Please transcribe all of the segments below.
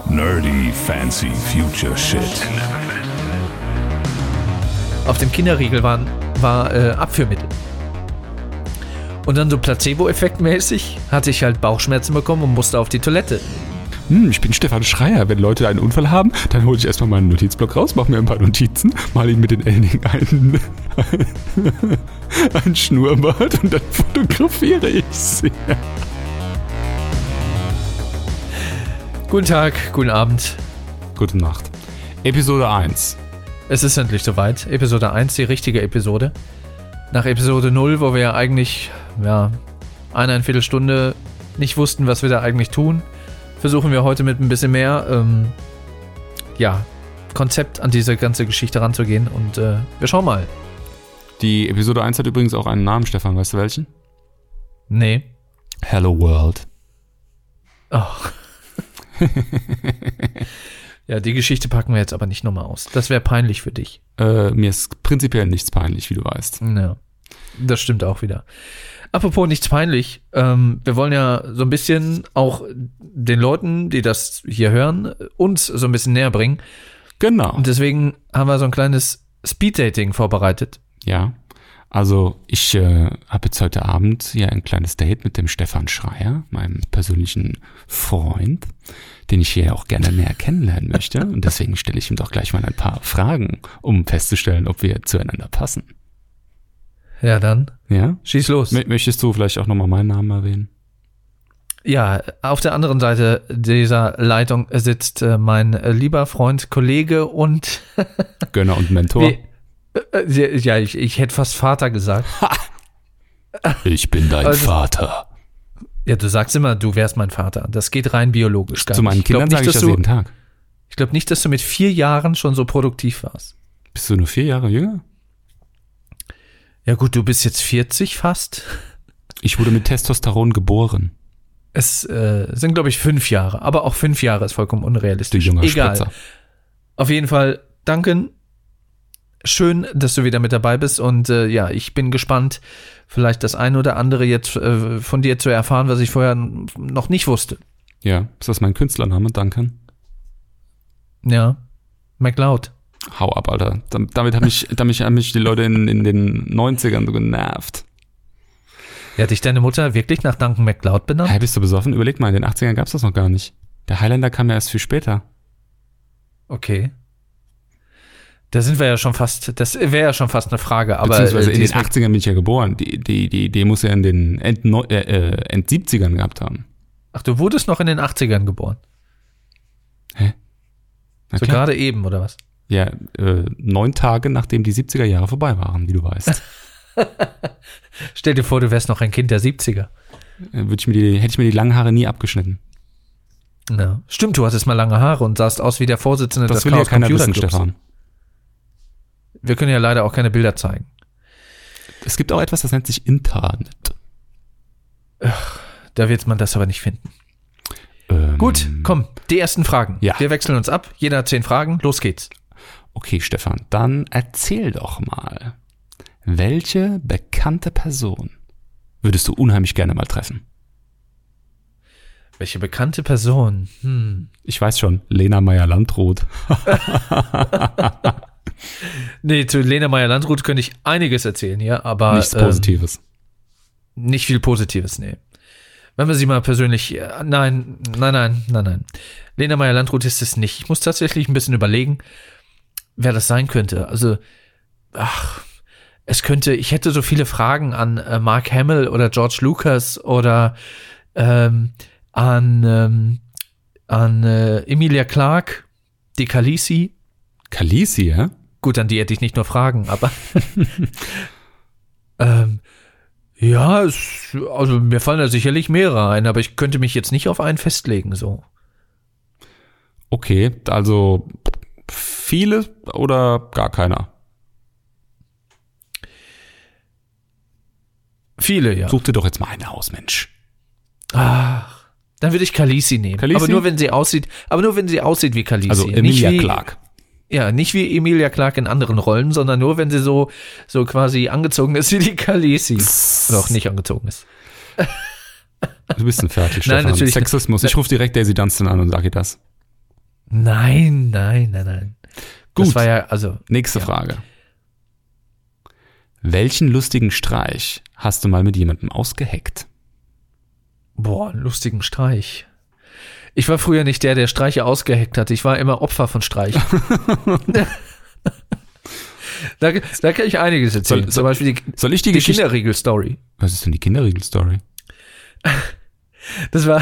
Nerdy Fancy Future Shit. Auf dem Kinderriegel war Abführmittel. Und dann so Placebo-Effekt-mäßig hatte ich halt Bauchschmerzen bekommen und musste auf die Toilette. Ich bin Stefan Schreier. Wenn Leute einen Unfall haben, dann hole ich erstmal meinen Notizblock raus, mache mir ein paar Notizen, male ihn mit den Elling ein Schnurrbart und dann fotografiere ich sie. Guten Tag, guten Abend. Gute Nacht. Episode 1. Es ist endlich soweit. Episode 1, die richtige Episode. Nach Episode 0, wo wir ja eigentlich, eine Viertelstunde nicht wussten, was wir da eigentlich tun, versuchen wir heute mit ein bisschen mehr, Konzept an diese ganze Geschichte ranzugehen und wir schauen mal. Die Episode 1 hat übrigens auch einen Namen, Stefan. Weißt du welchen? Nee. Hello World. Oh. Ja, die Geschichte packen wir jetzt aber nicht nochmal aus. Das wäre peinlich für dich. Mir ist prinzipiell nichts peinlich, wie du weißt. Ja, das stimmt auch wieder. Apropos nichts peinlich, wir wollen ja so ein bisschen auch den Leuten, die das hier hören, uns so ein bisschen näher bringen. Genau. Und deswegen haben wir so ein kleines Speeddating vorbereitet. Ja, also ich habe jetzt heute Abend hier ein kleines Date mit dem Stefan Schreier, meinem persönlichen Freund, den ich hier auch gerne näher kennenlernen möchte. Und deswegen stelle ich ihm doch gleich mal ein paar Fragen, um festzustellen, ob wir zueinander passen. Ja, dann. Ja? Schieß los. Möchtest du vielleicht auch nochmal meinen Namen erwähnen? Ja, auf der anderen Seite dieser Leitung sitzt mein lieber Freund, Kollege und Gönner und Mentor. Ja, ich hätte fast Vater gesagt. Ich bin dein Vater. Ja, du sagst immer, du wärst mein Vater. Das geht rein biologisch gar nicht. Zu meinen Kindern sage ich das jeden Tag. Ich glaube nicht, dass du mit 4 Jahren schon so produktiv warst. Bist du nur 4 Jahre jünger? Ja gut, du bist jetzt 40 fast. Ich wurde mit Testosteron geboren. Es sind, glaube ich, 5 Jahre. Aber auch 5 Jahre ist vollkommen unrealistisch. Du junger Egal. Spritzer. Auf jeden Fall, danke. Schön, dass du wieder mit dabei bist. Und ich bin gespannt, vielleicht das eine oder andere jetzt von dir zu erfahren, was ich vorher noch nicht wusste. Ja, ist das mein Künstlername? Duncan? Ja, MacLeod. Hau ab, Alter. Damit haben mich die Leute in den 90ern so genervt. Ja, hat dich deine Mutter wirklich nach Duncan MacLeod benannt? Hey, bist du besoffen? Überleg mal, in den 80ern gab's das noch gar nicht. Der Highlander kam ja erst viel später. Okay. Da sind wir ja schon fast, das wäre ja schon fast eine Frage. Aber beziehungsweise in den 80ern bin ich ja geboren. Die muss ja in den End 70ern gehabt haben. Ach, du wurdest noch in den 80ern geboren? Hä? So gerade eben, oder was? Ja, 9 Tage, nachdem die 70er Jahre vorbei waren, wie du weißt. Stell dir vor, du wärst noch ein Kind der 70er. Hätte ich mir die langen Haare nie abgeschnitten. Ja. Stimmt, du hattest mal lange Haare und sahst aus wie der Vorsitzende des Chaos Computer Clubs. Das will ja keiner wissen, Stefan. Wir können ja leider auch keine Bilder zeigen. Es gibt auch etwas, das nennt sich Internet. Ach, da wird man das aber nicht finden. Gut, komm, die ersten Fragen. Ja. Wir wechseln uns ab, jeder hat 10 Fragen, los geht's. Okay, Stefan, dann erzähl doch mal, welche bekannte Person würdest du unheimlich gerne mal treffen? Welche bekannte Person? Ich weiß schon, Lena Meyer-Landrut. Nee, zu Lena Meyer-Landrut könnte ich einiges erzählen hier, aber nichts Positives. Nicht viel Positives, nee. Wenn wir sie mal persönlich, nein. Lena Meyer-Landrut ist es nicht. Ich muss tatsächlich ein bisschen überlegen, wer das sein könnte. Also, ich hätte so viele Fragen an Mark Hamill oder George Lucas oder an Emilia Clarke, die Khaleesi. Khaleesi, ja? Gut, an die hätte ich nicht nur Fragen, aber also mir fallen da sicherlich mehrere ein, aber ich könnte mich jetzt nicht auf einen festlegen, so. Okay, also viele oder gar keiner? Viele, ja. Such dir doch jetzt mal eine aus, Mensch. Ach, dann würde ich Khaleesi nehmen. Khaleesi? Aber nur wenn sie aussieht wie Khaleesi. Also Emilia Clarke. Ja, nicht wie Emilia Clarke in anderen Rollen, sondern nur, wenn sie so quasi angezogen ist wie die Khaleesi. Oder auch nicht angezogen ist. Du bist ein Ferkel, Stefan. Nein, natürlich Sexismus. Ich rufe direkt Daisy Dunstan an und sage ihr das. Nein. Gut. Das war ja, also. Nächste Frage. Welchen lustigen Streich hast du mal mit jemandem ausgeheckt? Boah, einen lustigen Streich. Ich war früher nicht der Streiche ausgeheckt hat. Ich war immer Opfer von Streichen. Da kann ich einiges erzählen. Zum Beispiel soll ich die Kinderriegel-Story. Was ist denn die Kinderriegel-Story? Das war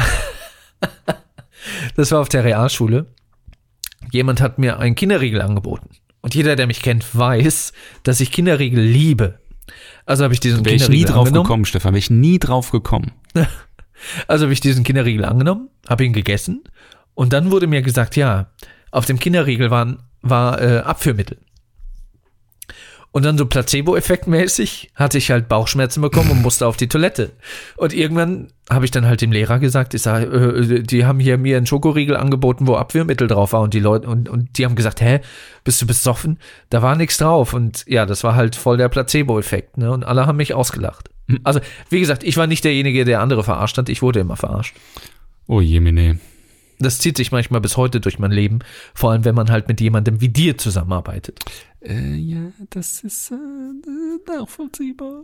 auf der Realschule. Jemand hat mir einen Kinderriegel angeboten. Und jeder, der mich kennt, weiß, dass ich Kinderriegel liebe. Also habe ich diesen Kinderriegel nie drauf angenommen. gekommen, Stefan. Wäre ich nie drauf gekommen. Also habe ich diesen Kinderriegel angenommen, habe ihn gegessen und dann wurde mir gesagt, ja, auf dem Kinderriegel war Abführmittel. Und dann so Placebo-Effekt-mäßig hatte ich halt Bauchschmerzen bekommen und musste auf die Toilette. Und irgendwann habe ich dann halt dem Lehrer gesagt, ich sage, die haben hier mir einen Schokoriegel angeboten, wo Abführmittel drauf war. Und die Leute, und die haben gesagt, hä, bist du besoffen? Da war nichts drauf. Und ja, das war halt voll der Placebo-Effekt, ne? Und alle haben mich ausgelacht. Also, wie gesagt, ich war nicht derjenige, der andere verarscht hat. Ich wurde immer verarscht. Oh jemine. Das zieht sich manchmal bis heute durch mein Leben. Vor allem, wenn man halt mit jemandem wie dir zusammenarbeitet. Ja, das ist nachvollziehbar.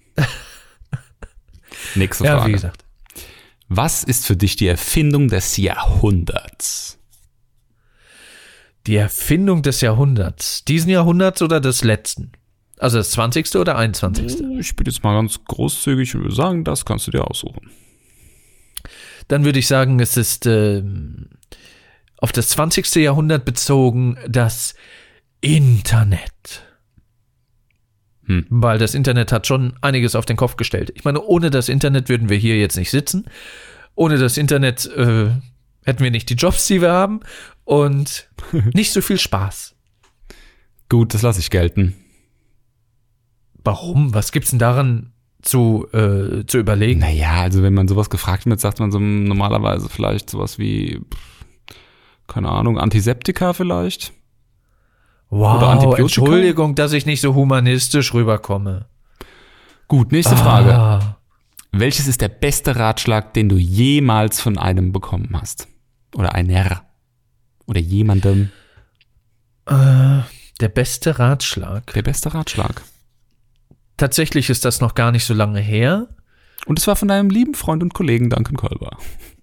Nächste Frage. Ja, wie gesagt. Was ist für dich die Erfindung des Jahrhunderts? Die Erfindung des Jahrhunderts. Diesen Jahrhunderts oder des letzten? Also das 20. oder 21.? Ich bin jetzt mal ganz großzügig und würde sagen, das kannst du dir aussuchen. Dann würde ich sagen, es ist auf das 20. Jahrhundert bezogen das Internet. Weil das Internet hat schon einiges auf den Kopf gestellt. Ich meine, ohne das Internet würden wir hier jetzt nicht sitzen. Ohne das Internet hätten wir nicht die Jobs, die wir haben und nicht so viel Spaß. Gut, das lasse ich gelten. Warum? Was gibt's denn daran zu überlegen? Naja, also wenn man sowas gefragt wird, sagt man so normalerweise vielleicht sowas wie, keine Ahnung, Antiseptika vielleicht. Wow, oder Antibiotika. Entschuldigung, dass ich nicht so humanistisch rüberkomme. Gut, nächste Frage. Welches ist der beste Ratschlag, den du jemals von einem bekommen hast? Oder einer? Oder jemandem? Der beste Ratschlag? Der beste Ratschlag. Tatsächlich ist das noch gar nicht so lange her. Und es war von deinem lieben Freund und Kollegen Duncan Kolber.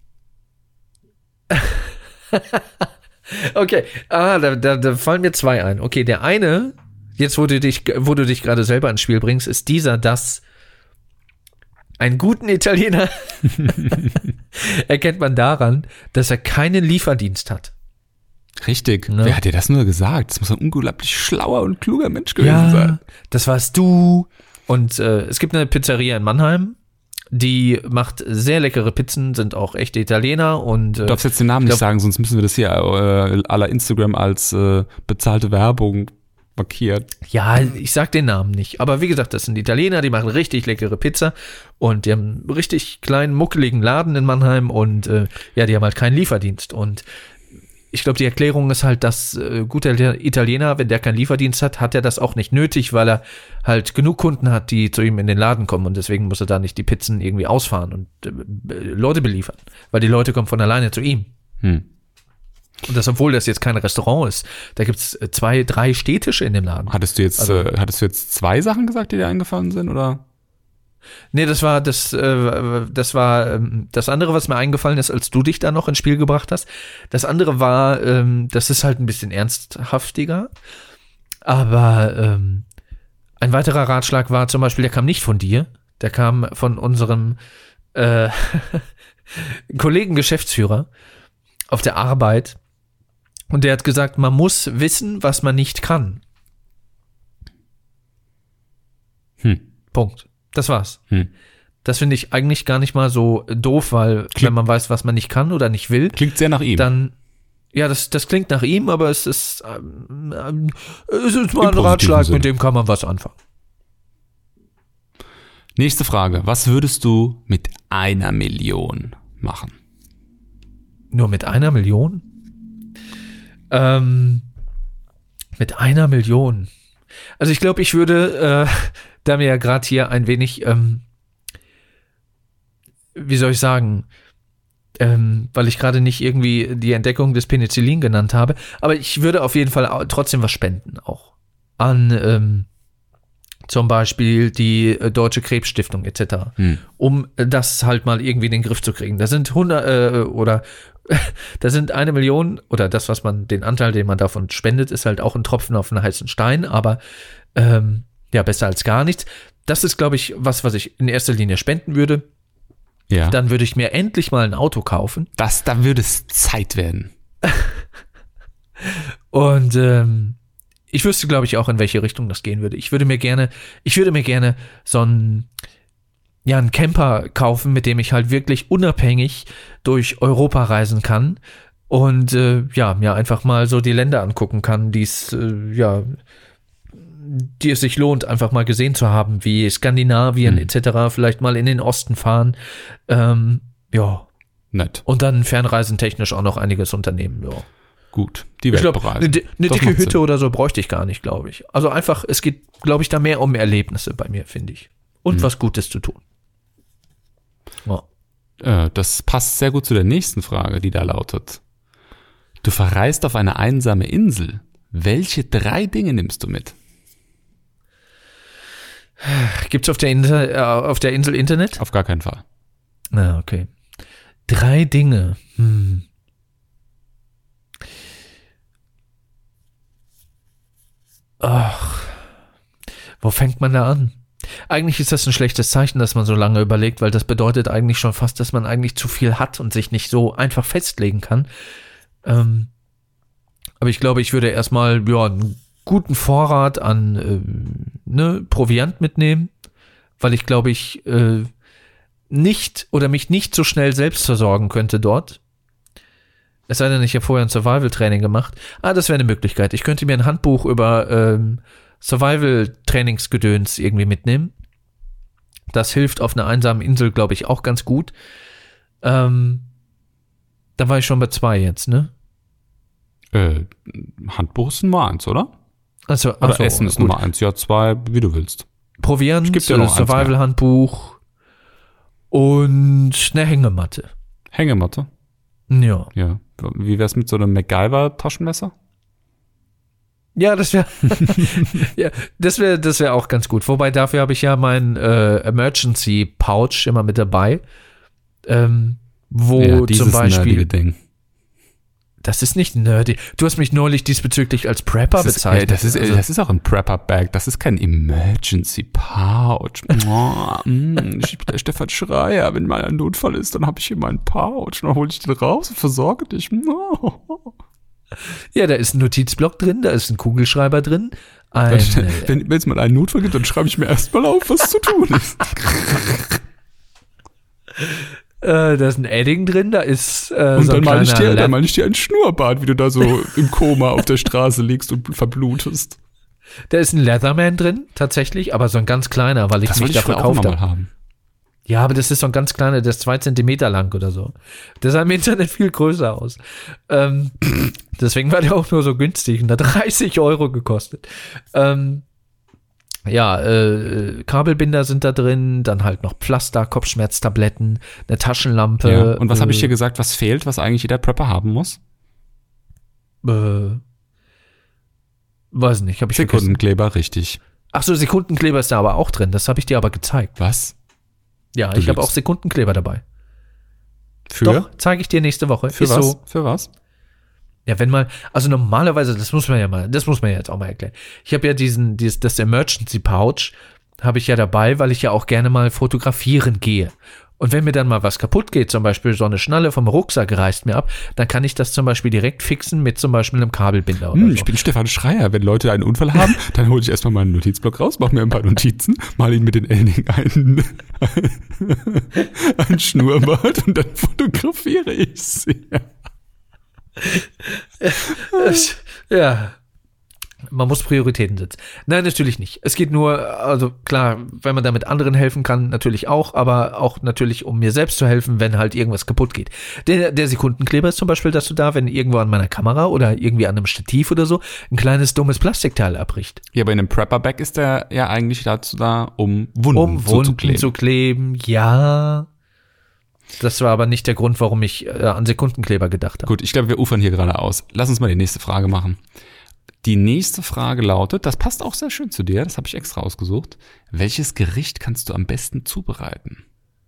Okay, da fallen mir zwei ein. Okay, der eine, jetzt wo du dich gerade selber ins Spiel bringst, ist dass einen guten Italiener erkennt man daran, dass er keinen Lieferdienst hat. Richtig. Ne? Wer hat dir das nur gesagt? Das muss ein unglaublich schlauer und kluger Mensch gewesen sein. Das warst du. Und es gibt eine Pizzeria in Mannheim, die macht sehr leckere Pizzen, sind auch echte Italiener. Und du darfst jetzt den Namen nicht sagen, sonst müssen wir das hier à la Instagram als bezahlte Werbung markiert. Ja, ich sag den Namen nicht. Aber wie gesagt, das sind Italiener, die machen richtig leckere Pizza. Und die haben einen richtig kleinen, muckeligen Laden in Mannheim. Und die haben halt keinen Lieferdienst. Und ich glaube, die Erklärung ist halt, dass guter Italiener, wenn der keinen Lieferdienst hat, hat er das auch nicht nötig, weil er halt genug Kunden hat, die zu ihm in den Laden kommen und deswegen muss er da nicht die Pizzen irgendwie ausfahren und Leute beliefern, weil die Leute kommen von alleine zu ihm. Und das, obwohl das jetzt kein Restaurant ist. Da gibt es 2, 3 Stehtische in dem Laden. Hattest du jetzt 2 Sachen gesagt, die dir eingefallen sind, oder? Nee, das war das andere, was mir eingefallen ist, als du dich da noch ins Spiel gebracht hast. Das andere war, das ist halt ein bisschen ernsthaftiger, aber ein weiterer Ratschlag war zum Beispiel, der kam nicht von dir, der kam von unserem Kollegen Geschäftsführer auf der Arbeit und der hat gesagt, man muss wissen, was man nicht kann. Punkt. Das war's. Das finde ich eigentlich gar nicht mal so doof, weil wenn man weiß, was man nicht kann oder nicht will. Klingt sehr nach ihm. Dann, ja, das klingt nach ihm, aber es ist mal ein Ratschlag, Sinn. mit dem kann man was anfangen. Nächste Frage. Was würdest du mit 1 Million machen? Nur mit 1 Million? Mit 1 Million. Also ich glaube, ich würde, da mir ja gerade hier ein wenig, wie soll ich sagen, weil ich gerade nicht irgendwie die Entdeckung des Penicillin genannt habe. Aber ich würde auf jeden Fall trotzdem was spenden auch. An zum Beispiel die Deutsche Krebsstiftung etc. Um das halt mal irgendwie in den Griff zu kriegen. Da sind 1 Million oder das, was man, den Anteil, den man davon spendet, ist halt auch ein Tropfen auf einen heißen Stein, aber ja, besser als gar nichts. Das ist, glaube ich, was ich in erster Linie spenden würde. Ja. Dann würde ich mir endlich mal ein Auto kaufen. Da würde es Zeit werden. Und ich wüsste, glaube ich, auch, in welche Richtung das gehen würde. Ich würde mir gerne so einen Camper kaufen, mit dem ich halt wirklich unabhängig durch Europa reisen kann und mir einfach mal so die Länder angucken kann, die es sich lohnt, einfach mal gesehen zu haben, wie Skandinavien etc., vielleicht mal in den Osten fahren. Nett. Und dann fernreisentechnisch auch noch einiges unternehmen, ja. Gut, die Ich glaube, Weltbereise. eine dicke Hütte oder so bräuchte ich gar nicht, glaube ich. Also einfach, es geht, glaube ich, da mehr um Erlebnisse bei mir, finde ich. Und was Gutes zu tun. Ja. Das passt sehr gut zu der nächsten Frage, die da lautet. Du verreist auf eine einsame Insel. Welche 3 Dinge nimmst du mit? Gibt's auf der Insel Internet? Auf gar keinen Fall. Na, okay. 3 Dinge. Ach, wo fängt man da an? Eigentlich ist das ein schlechtes Zeichen, dass man so lange überlegt, weil das bedeutet eigentlich schon fast, dass man eigentlich zu viel hat und sich nicht so einfach festlegen kann. Aber ich glaube, ich würde erstmal einen guten Vorrat an Proviant mitnehmen, weil ich glaube, ich mich nicht so schnell selbst versorgen könnte dort. Es sei denn, ich habe vorher ein Survival-Training gemacht. Das wäre eine Möglichkeit. Ich könnte mir ein Handbuch über Survival-Trainingsgedöns irgendwie mitnehmen. Das hilft auf einer einsamen Insel, glaube ich, auch ganz gut. Da war ich schon bei 2 jetzt, ne? Handbuch ist Nummer 1, oder? Oder Essen ist Nummer 1. Ja, 2, wie du willst. Proviant, Ich geb dir noch Survival-Handbuch und eine Hängematte. Hängematte? Ja. Ja. Wie wär's mit so einem MacGyver-Taschenmesser? Ja, das wäre auch ganz gut. Wobei dafür habe ich ja mein Emergency Pouch immer mit dabei, wo zum Beispiel. Ding. Das ist nicht nerdy. Du hast mich neulich diesbezüglich als Prepper bezeichnet. Das ist auch ein Prepper-Bag. Das ist kein Emergency Pouch. Ich bin der Stefan Schreier. Wenn mal ein Notfall ist, dann habe ich hier meinen Pouch. Dann hole ich den raus und versorge dich. Ja, da ist ein Notizblock drin, da ist ein Kugelschreiber drin. Wenn es mal einen Notfall gibt, dann schreibe ich mir erstmal auf, was zu tun ist. Da ist ein Edding drin, da ist und so dann mal ich dir ein Schnurrbart, wie du da so im Koma auf der Straße liegst und verblutest. Da ist ein Leatherman drin, tatsächlich, aber so ein ganz kleiner, weil ich mich da verkauft habe. Ja, aber das ist so ein ganz kleiner, der ist 2 Zentimeter lang oder so. Der sah im Internet viel größer aus. Deswegen war der auch nur so günstig und hat 30 Euro gekostet. Kabelbinder sind da drin, dann halt noch Pflaster, Kopfschmerztabletten, eine Taschenlampe. Ja. Und was habe ich dir gesagt, was fehlt, was eigentlich jeder Prepper haben muss? Weiß nicht, habe ich Sekundenkleber, richtig. Ach so, Sekundenkleber ist da aber auch drin, das habe ich dir aber gezeigt. Was? Ja, ich habe auch Sekundenkleber dabei. Für? Doch, zeige ich dir nächste Woche. Für ist was? So. Für was? Ja, also normalerweise, das muss man ja jetzt auch mal erklären. Ich habe ja das Emergency Pouch habe ich ja dabei, weil ich ja auch gerne mal fotografieren gehe. Und wenn mir dann mal was kaputt geht, zum Beispiel so eine Schnalle vom Rucksack reißt mir ab, dann kann ich das zum Beispiel direkt fixen mit zum Beispiel einem Kabelbinder oder so. Ich bin Stefan Schreier. Wenn Leute einen Unfall haben, dann hole ich erstmal meinen Notizblock raus, mache mir ein paar Notizen, mal ihn mit den Edding ein Schnurrbart und dann fotografiere ich sie. Ja. Man muss Prioritäten setzen. Nein, natürlich nicht. Es geht nur, also klar, wenn man damit anderen helfen kann, natürlich auch, aber auch natürlich, um mir selbst zu helfen, wenn halt irgendwas kaputt geht. Der Sekundenkleber ist zum Beispiel dazu da, wenn irgendwo an meiner Kamera oder irgendwie an einem Stativ oder so ein kleines dummes Plastikteil abbricht. Ja, aber in einem Prepper-Bag ist der ja eigentlich dazu da, um Wunden zu kleben. Ja. Das war aber nicht der Grund, warum ich an Sekundenkleber gedacht habe. Gut, ich glaube, wir ufern hier gerade aus. Lass uns mal die nächste Frage machen. Die nächste Frage lautet, das passt auch sehr schön zu dir, das habe ich extra ausgesucht. Welches Gericht kannst du am besten zubereiten?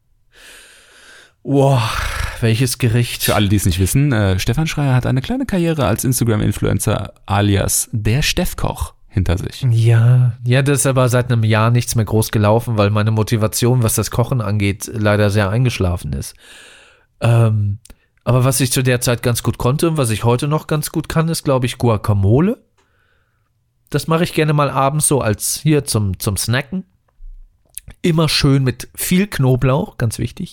Wow, welches Gericht? Für alle, die es nicht wissen, Stefan Schreier hat eine kleine Karriere als Instagram-Influencer alias der Steffkoch hinter sich. Ja, das ist aber seit einem Jahr nichts mehr groß gelaufen, weil meine Motivation, was das Kochen angeht, leider sehr eingeschlafen ist. Aber was ich zu der Zeit ganz gut konnte und was ich heute noch ganz gut kann, ist, glaube ich, Guacamole. Das mache ich gerne mal abends so als hier zum Snacken. Immer schön mit viel Knoblauch, ganz wichtig.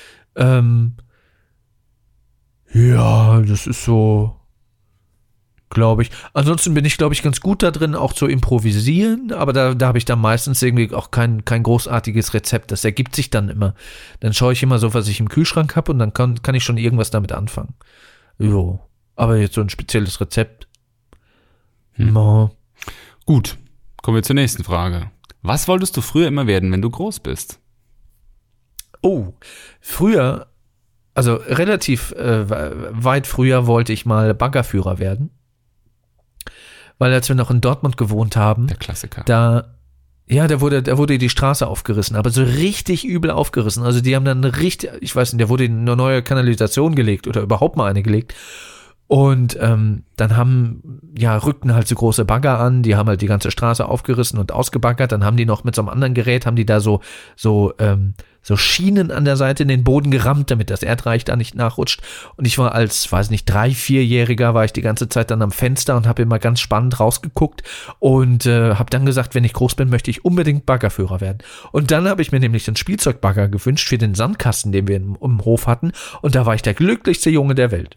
Ja, das ist so, glaube ich. Ansonsten bin ich, glaube ich, ganz gut da drin, auch zu improvisieren, aber da habe ich dann meistens irgendwie auch kein großartiges Rezept. Das ergibt sich dann immer. Dann schaue ich immer so, was ich im Kühlschrank habe und dann kann ich schon irgendwas damit anfangen. Jo, aber jetzt so ein spezielles Rezept. No. Gut, kommen wir zur nächsten Frage. Was wolltest du früher immer werden, wenn du groß bist? Oh, früher, also relativ weit früher wollte ich mal Baggerführer werden. Weil als wir noch in Dortmund gewohnt haben, Der Klassiker. da wurde die Straße aufgerissen, aber so richtig übel aufgerissen. Also die haben dann ich weiß nicht, da wurde eine neue Kanalisation gelegt oder überhaupt mal eine gelegt. Und dann rückten halt so große Bagger an, die haben halt die ganze Straße aufgerissen und ausgebaggert, dann haben die noch mit so einem anderen Gerät, haben die da so Schienen an der Seite in den Boden gerammt, damit das Erdreich da nicht nachrutscht. Und ich war als, 3-4-Jähriger, war ich die ganze Zeit dann am Fenster und habe immer ganz spannend rausgeguckt und habe dann gesagt, wenn ich groß bin, möchte ich unbedingt Baggerführer werden. Und dann habe ich mir nämlich den Spielzeugbagger gewünscht für den Sandkasten, den wir im Hof hatten. Und da war ich der glücklichste Junge der Welt.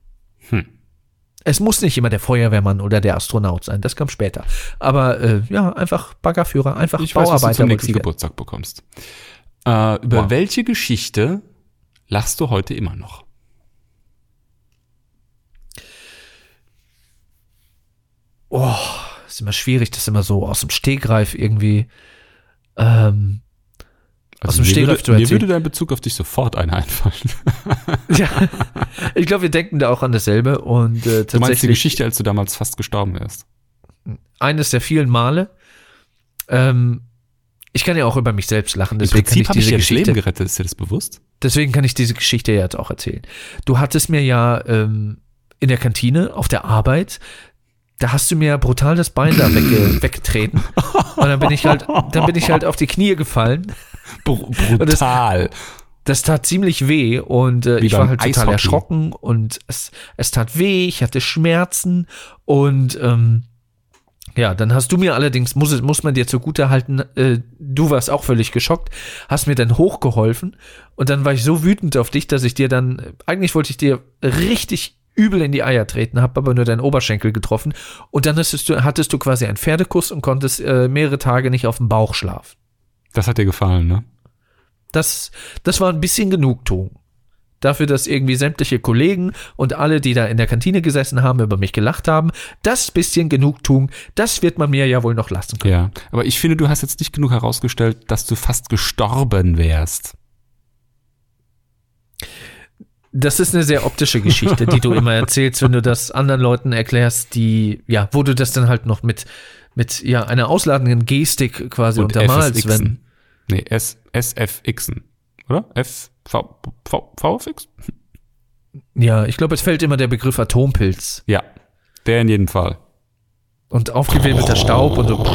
Es muss nicht immer der Feuerwehrmann oder der Astronaut sein, das kam später. Aber einfach Baggerführer, einfach Ich weiß, Bauarbeiter. was du zum nächsten Geburtstag bekommst. Über welche Geschichte lachst du heute immer noch? Oh, ist immer schwierig, das ist immer so aus dem Stegreif irgendwie aus dem Stegreif zu erzählen. Mir würde dein Bezug auf dich sofort einfallen. Ja, ich glaube, wir denken da auch an dasselbe. Und tatsächlich. Du meinst die Geschichte, als du damals fast gestorben wärst? Eines der vielen Male. Ich kann ja auch über mich selbst lachen. Im Prinzip habe ich dir das Leben gerettet, ist dir das bewusst? Deswegen kann ich diese Geschichte jetzt auch erzählen. Du hattest mir ja in der Kantine auf der Arbeit, da hast du mir brutal das Bein da weggetreten. Und dann bin ich halt auf die Knie gefallen. Brutal. Das tat ziemlich weh und ich war halt total erschrocken und es tat weh, ich hatte Schmerzen und dann hast du mir allerdings, muss man dir zugutehalten, du warst auch völlig geschockt, hast mir dann hochgeholfen und dann war ich so wütend auf dich, dass ich dir dann, eigentlich wollte ich dir richtig übel in die Eier treten, hab aber nur deinen Oberschenkel getroffen und dann hattest du quasi einen Pferdekuss und konntest mehrere Tage nicht auf dem Bauch schlafen. Das hat dir gefallen, ne? Das war ein bisschen Genugtuung. Dafür, dass irgendwie sämtliche Kollegen und alle, die da in der Kantine gesessen haben, über mich gelacht haben. Das bisschen Genugtuung, das wird man mir ja wohl noch lassen können. Ja, aber ich finde, du hast jetzt nicht genug herausgestellt, dass du fast gestorben wärst. Das ist eine sehr optische Geschichte, die du immer erzählst, wenn du das anderen Leuten erklärst, wo du das dann halt noch mit einer ausladenden Gestik quasi und untermalst. SFXen, oder? VFX? Ja, ich glaube, es fällt immer der Begriff Atompilz. Ja, der in jedem Fall. Und aufgewirbelter Staub und so.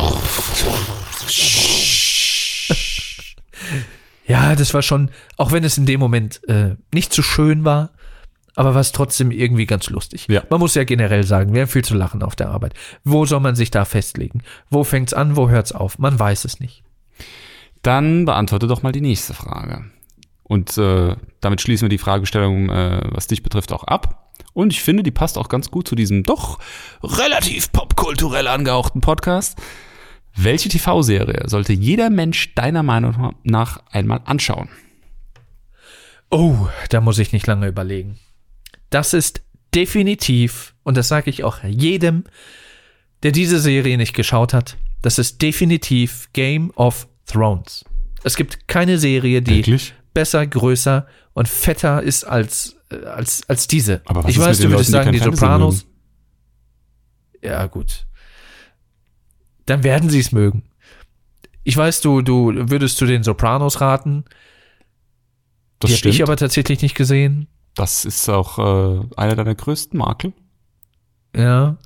Ja, das war schon, auch wenn es in dem Moment nicht so schön war, aber war es trotzdem irgendwie ganz lustig. Ja. Man muss ja generell sagen, wir haben viel zu lachen auf der Arbeit. Wo soll man sich da festlegen? Wo fängt's an, wo hört's auf? Man weiß es nicht. Dann beantworte doch mal die nächste Frage. Und damit schließen wir die Fragestellung, was dich betrifft, auch ab. Und ich finde, die passt auch ganz gut zu diesem doch relativ popkulturell angehauchten Podcast. Welche TV-Serie sollte jeder Mensch deiner Meinung nach einmal anschauen? Oh, da muss ich nicht lange überlegen. Das ist definitiv, und das sage ich auch jedem, der diese Serie nicht geschaut hat, das ist definitiv Game of Thrones. Es gibt keine Serie, die Wirklich? besser, größer und fetter ist als diese. Aber was Ich ist weiß, mit du den würdest Leuten, sagen, die die kein Fantasy Sopranos. mögen? Ja, gut. Dann werden sie es mögen. Ich weiß, du würdest zu den Sopranos raten. Das Die habe stimmt. ich aber tatsächlich nicht gesehen. Das ist auch einer deiner größten Makel. Ja.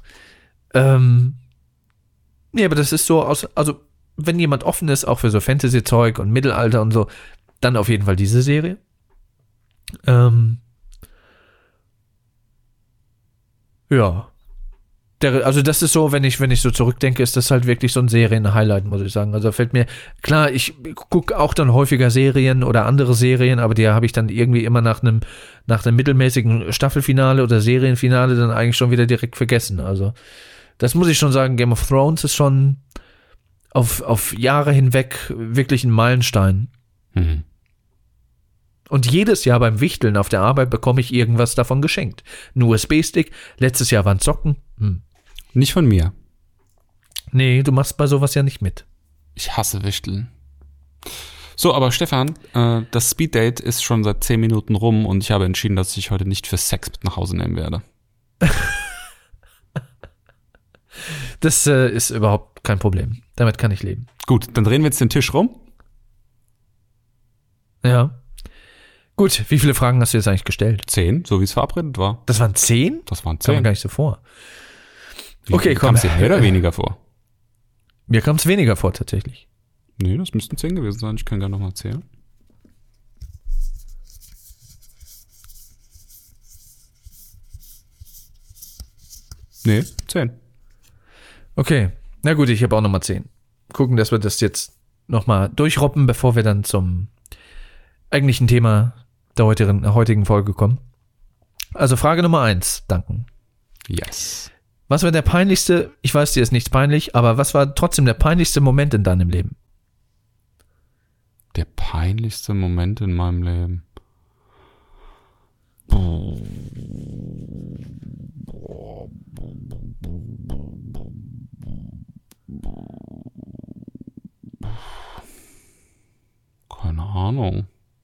Nee, aber das ist so also wenn jemand offen ist, auch für so Fantasy-Zeug und Mittelalter und so, dann auf jeden Fall diese Serie. Ja. Also das ist so, wenn ich so zurückdenke, ist das halt wirklich so ein Serien-Highlight, muss ich sagen. Also fällt mir, klar, ich gucke auch dann häufiger Serien oder andere Serien, aber die habe ich dann irgendwie immer nach einem mittelmäßigen Staffelfinale oder Serienfinale dann eigentlich schon wieder direkt vergessen. Also das muss ich schon sagen, Game of Thrones ist schon auf Jahre hinweg wirklich ein Meilenstein. Mhm. Und jedes Jahr beim Wichteln auf der Arbeit bekomme ich irgendwas davon geschenkt. Ein USB-Stick, letztes Jahr waren Socken. Nicht von mir. Nee, du machst bei sowas ja nicht mit. Ich hasse Wichteln. So, aber Stefan, das Speeddate ist schon seit 10 Minuten rum und ich habe entschieden, dass ich heute nicht für Sex mit nach Hause nehmen werde. Das ist überhaupt kein Problem. Damit kann ich leben. Gut, dann drehen wir jetzt den Tisch rum. Ja. Gut, wie viele Fragen hast du jetzt eigentlich gestellt? 10, so wie es verabredet war. Das waren 10? Das waren Kam mir 10. gar nicht so vor. Wie Okay, komm. Kam es dir mehr oder weniger vor? Mir kam es weniger vor, tatsächlich. Nee, das müssten 10 gewesen sein. Ich kann gerne nochmal zählen. Nee, 10. Okay, na gut, ich habe auch nochmal 10. Gucken, dass wir das jetzt nochmal durchroppen, bevor wir dann zum eigentlichen Thema der heutigen Folge kommen. Also Frage Nummer 1, Duncan. Yes. Was war der peinlichste, ich weiß, dir ist nichts peinlich, aber was war trotzdem der peinlichste Moment in deinem Leben? Der peinlichste Moment in meinem Leben. Keine Ahnung.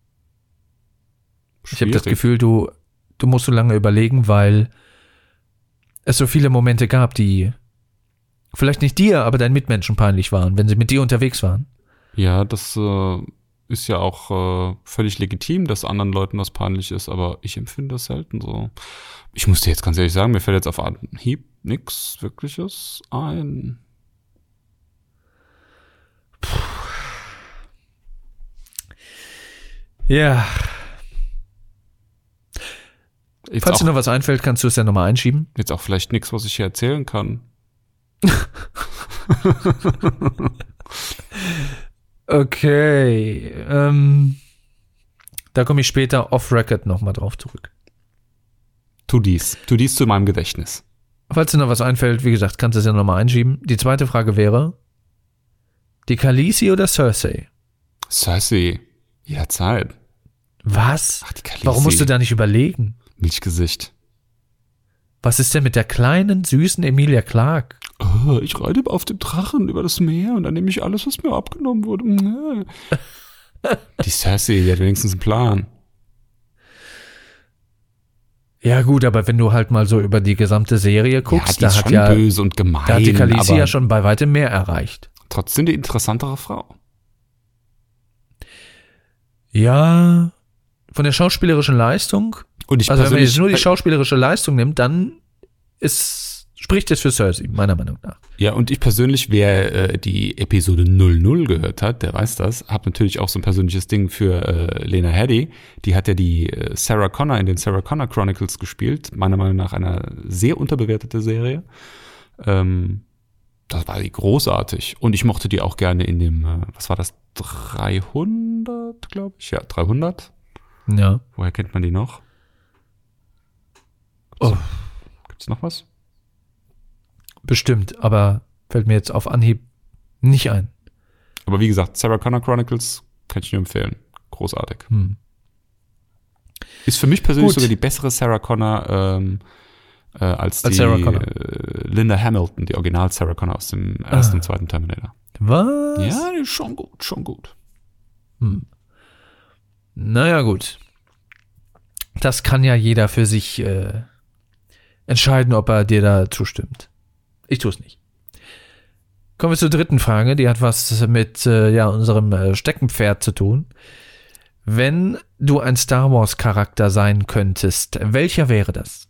Ich habe das Schwierig. Gefühl, du musst so lange überlegen, weil es so viele Momente gab, die vielleicht nicht dir, aber deinen Mitmenschen peinlich waren, wenn sie mit dir unterwegs waren. Ja, das ist ja auch völlig legitim, dass anderen Leuten das peinlich ist, aber ich empfinde das selten so. Ich muss dir jetzt ganz ehrlich sagen, mir fällt jetzt auf Anhieb nichts Wirkliches ein. Ja. Jetzt Falls auch, dir noch was einfällt, kannst du es ja nochmal einschieben. jetzt auch vielleicht nichts, was ich hier erzählen kann. Okay. Da komme ich später off-record nochmal drauf zurück. Tu dies zu meinem Gedächtnis. Falls dir noch was einfällt, wie gesagt, kannst du es ja nochmal einschieben. Die zweite Frage wäre, die Khaleesi oder Cersei? Cersei, jederzeit. Was? Ach, die Khaleesi. Warum musst du da nicht überlegen? Milchgesicht. Was ist denn mit der kleinen, süßen Emilia Clarke? Oh, ich reite auf dem Drachen über das Meer und dann nehme ich alles, was mir abgenommen wurde. Die Cersei, die hat wenigstens einen Plan. Ja gut, aber wenn du halt mal so über die gesamte Serie guckst, die ist schon böse und gemein, da hat die Khaleesi aber ja schon bei weitem mehr erreicht. trotzdem die interessantere Frau. Ja, von der schauspielerischen Leistung, Und ich also wenn man persönlich, jetzt nur die schauspielerische Leistung nimmt, dann spricht es für Cersei, meiner Meinung nach. ja, und ich persönlich, wer die Episode 00 gehört hat, der weiß das, hab natürlich auch so ein persönliches Ding für Lena Headey. Die hat ja die Sarah Connor in den Sarah Connor Chronicles gespielt. Meiner Meinung nach eine sehr unterbewertete Serie. Das war die großartig. Und ich mochte die auch gerne in dem, was war das, 300, glaube ich? Ja, 300. Ja. Woher kennt man die noch? Oh. Gibt's noch was? Bestimmt, aber fällt mir jetzt auf Anhieb nicht ein. Aber wie gesagt, Sarah Connor Chronicles kann ich nur empfehlen. Großartig. Ist für mich persönlich Gut. sogar die bessere Sarah Connor als die Sarah Connor. Linda Hamilton, die Original Sarah Connor aus dem ersten und zweiten Terminator. Was? Ja, die ist schon gut, schon gut. Naja, gut. Das kann ja jeder für sich entscheiden, ob er dir da zustimmt. Ich tue es nicht. Kommen wir zur dritten Frage. Die hat was mit unserem Steckenpferd zu tun. Wenn du ein Star Wars Charakter sein könntest, welcher wäre das?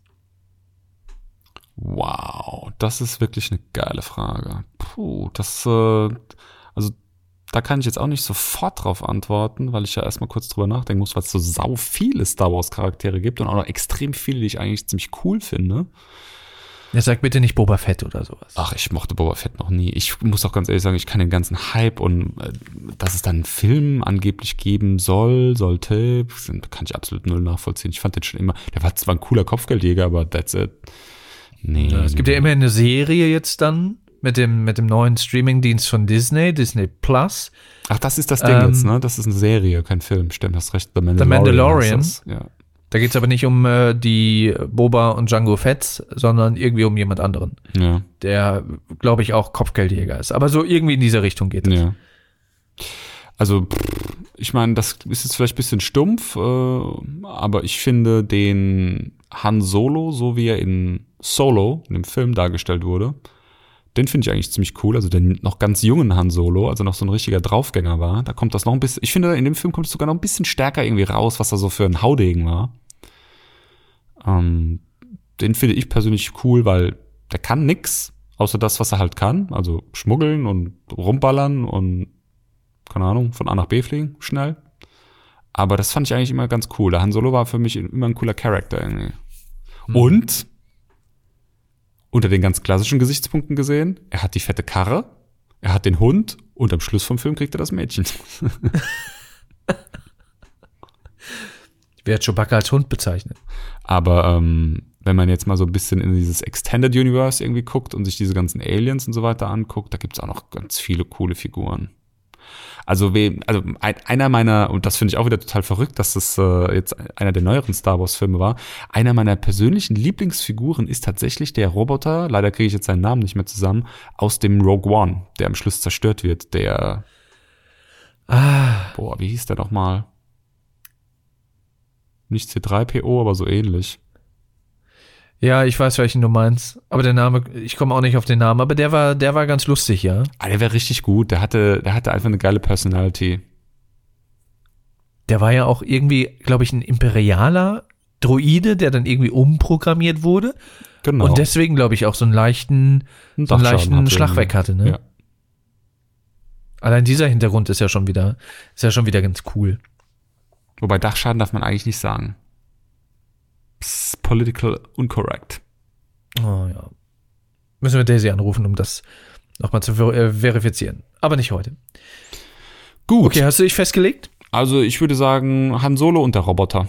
Wow, das ist wirklich eine geile Frage. Puh, also da kann ich jetzt auch nicht sofort drauf antworten, weil ich ja erstmal kurz drüber nachdenken muss, weil es so sau viele Star Wars Charaktere gibt und auch noch extrem viele, die ich eigentlich ziemlich cool finde. Ja, sag bitte nicht Boba Fett oder sowas. Ach, ich mochte Boba Fett noch nie. Ich muss auch ganz ehrlich sagen, ich kann den ganzen Hype und dass es dann einen Film angeblich geben sollte, kann ich absolut null nachvollziehen. Ich fand den schon immer, der war zwar ein cooler Kopfgeldjäger, aber that's it. Nee. Ja, es gibt ja immerhin eine Serie jetzt dann mit dem neuen Streamingdienst von Disney Plus. Ach, das ist das Ding jetzt, ne? Das ist eine Serie, kein Film. Stimmt, hast recht. The Mandalorian. Ja. Da geht es aber nicht um die Boba und Jango Fett, sondern irgendwie um jemand anderen. Ja. Der, glaube ich, auch Kopfgeldjäger ist. Aber so irgendwie in diese Richtung geht es. Ja. Also, ich meine, das ist jetzt vielleicht ein bisschen stumpf, aber ich finde den Han Solo, so wie er in Solo, in dem Film dargestellt wurde, den finde ich eigentlich ziemlich cool. Also den noch ganz jungen Han Solo, also noch so ein richtiger Draufgänger war. Da kommt das noch ein bisschen, ich finde, in dem Film kommt es sogar noch ein bisschen stärker irgendwie raus, was da so für ein Haudegen war. Den finde ich persönlich cool, weil der kann nix, außer das, was er halt kann. Also schmuggeln und rumballern und, keine Ahnung, von A nach B fliegen, schnell. Aber das fand ich eigentlich immer ganz cool. Der Han Solo war für mich immer ein cooler Charakter irgendwie. Und unter den ganz klassischen Gesichtspunkten gesehen, er hat die fette Karre, er hat den Hund und am Schluss vom Film kriegt er das Mädchen. Ich werde Chewbacca als Hund bezeichnet. Aber wenn man jetzt mal so ein bisschen in dieses Extended Universe irgendwie guckt und sich diese ganzen Aliens und so weiter anguckt, da gibt's auch noch ganz viele coole Figuren. Also einer meiner, und das finde ich auch wieder total verrückt, dass das jetzt einer der neueren Star Wars Filme war, einer meiner persönlichen Lieblingsfiguren ist tatsächlich der Roboter, leider kriege ich jetzt seinen Namen nicht mehr zusammen, aus dem Rogue One, der am Schluss zerstört wird, der wie hieß der nochmal? Nicht C3PO, aber so ähnlich. Ja, ich weiß, welchen du meinst. Aber der Name, ich komme auch nicht auf den Namen, aber der war ganz lustig, ja. Der war richtig gut. Der hatte einfach eine geile Personality. Der war ja auch irgendwie, glaube ich, ein imperialer Droide, der dann irgendwie umprogrammiert wurde. Genau. Und deswegen, glaube ich, auch so einen leichten Schlag weg hatte, ne? Ja. Allein dieser Hintergrund ist ja schon wieder ganz cool. Wobei Dachschaden darf man eigentlich nicht sagen. Psst, political incorrect. Oh ja. Müssen wir Daisy anrufen, um das nochmal zu verifizieren. Aber nicht heute. Gut. Okay, hast du dich festgelegt? Also ich würde sagen Han Solo und der Roboter.